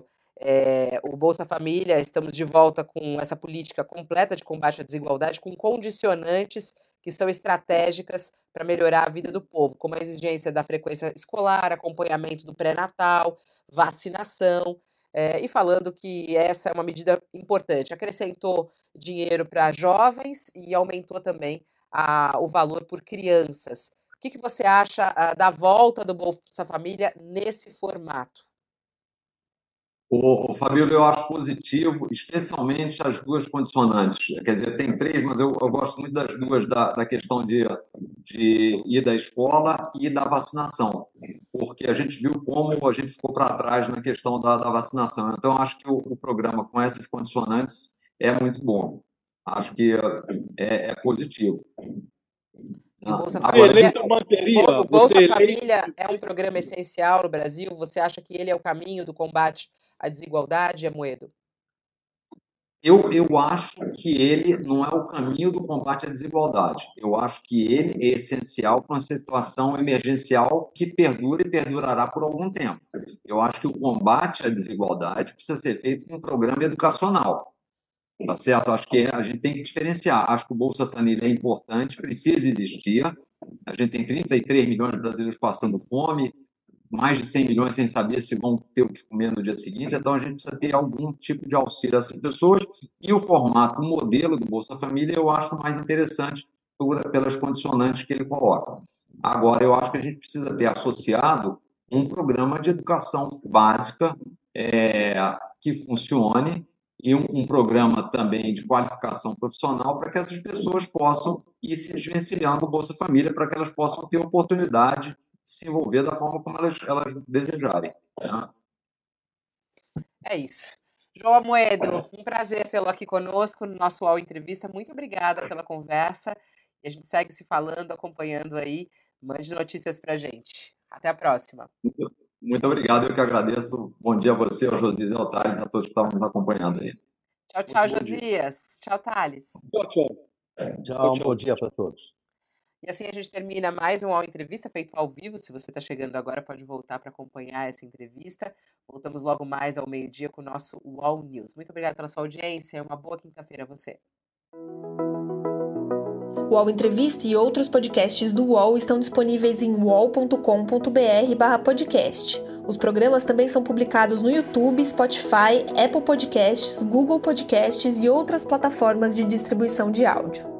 É, o Bolsa Família, estamos de volta com essa política completa de combate à desigualdade, com condicionantes que são estratégicas para melhorar a vida do povo, como a exigência da frequência escolar, acompanhamento do pré-natal, vacinação, é, e falando que essa é uma medida importante. Acrescentou dinheiro para jovens e aumentou também a, o valor por crianças. O que, que você acha a, da volta do Bolsa Família nesse formato? O, o Fabíola, eu acho positivo, especialmente as duas condicionantes. Quer dizer, tem três, mas eu, eu gosto muito das duas, da, da questão de, de ir da escola e da vacinação, porque a gente viu como a gente ficou para trás na questão da, da vacinação. Então, acho que o, o programa com essas condicionantes é muito bom. Acho que é, é positivo. O Bolsa Agora, Família, manteria, o Bolsa você Família é um programa essencial no Brasil? Você acha que ele é o caminho do combate à desigualdade, Amoedo? Eu, eu acho que ele não é o caminho do combate à desigualdade. Eu acho que ele é essencial para uma situação emergencial que perdura e perdurará por algum tempo. Eu acho que o combate à desigualdade precisa ser feito com um programa educacional. Tá certo? Acho que a gente tem que diferenciar. Acho que o Bolsa Família é importante, precisa existir. A gente tem trinta e três milhões de brasileiros passando fome, mais de cem milhões sem saber se vão ter o que comer no dia seguinte. Então, a gente precisa ter algum tipo de auxílio a essas pessoas. E o formato, o modelo do Bolsa Família, eu acho mais interessante por, pelas condicionantes que ele coloca. Agora, eu acho que a gente precisa ter associado um programa de educação básica é, que funcione, e um, um programa também de qualificação profissional para que essas pessoas possam ir se desvencilhando do Bolsa Família, para que elas possam ter oportunidade de se envolver da forma como elas, elas desejarem. Né? É isso. João Amoedo, um prazer tê-lo aqui conosco no nosso U O L Entrevista. Muito obrigada pela conversa. E a gente segue se falando, acompanhando aí. Mande notícias para a gente. Até a próxima. Muito, muito obrigado, eu que agradeço. Bom dia a você, ao Josias e ao Thales, a todos que estavam nos acompanhando aí. Tchau, tchau, Josias. Tchau, Thales. Tchau, tchau. Tchau, bom dia para todos. E assim a gente termina mais um U O L Entrevista feito ao vivo. Se você está chegando agora, pode voltar para acompanhar essa entrevista. Voltamos logo mais ao meio-dia com o nosso U O L News. Muito obrigada pela sua audiência. Uma boa quinta-feira a você. O U O L Entrevista e outros podcasts do U O L estão disponíveis em uol ponto com ponto br barra podcast. Os programas também são publicados no YouTube, Spotify, Apple Podcasts, Google Podcasts e outras plataformas de distribuição de áudio.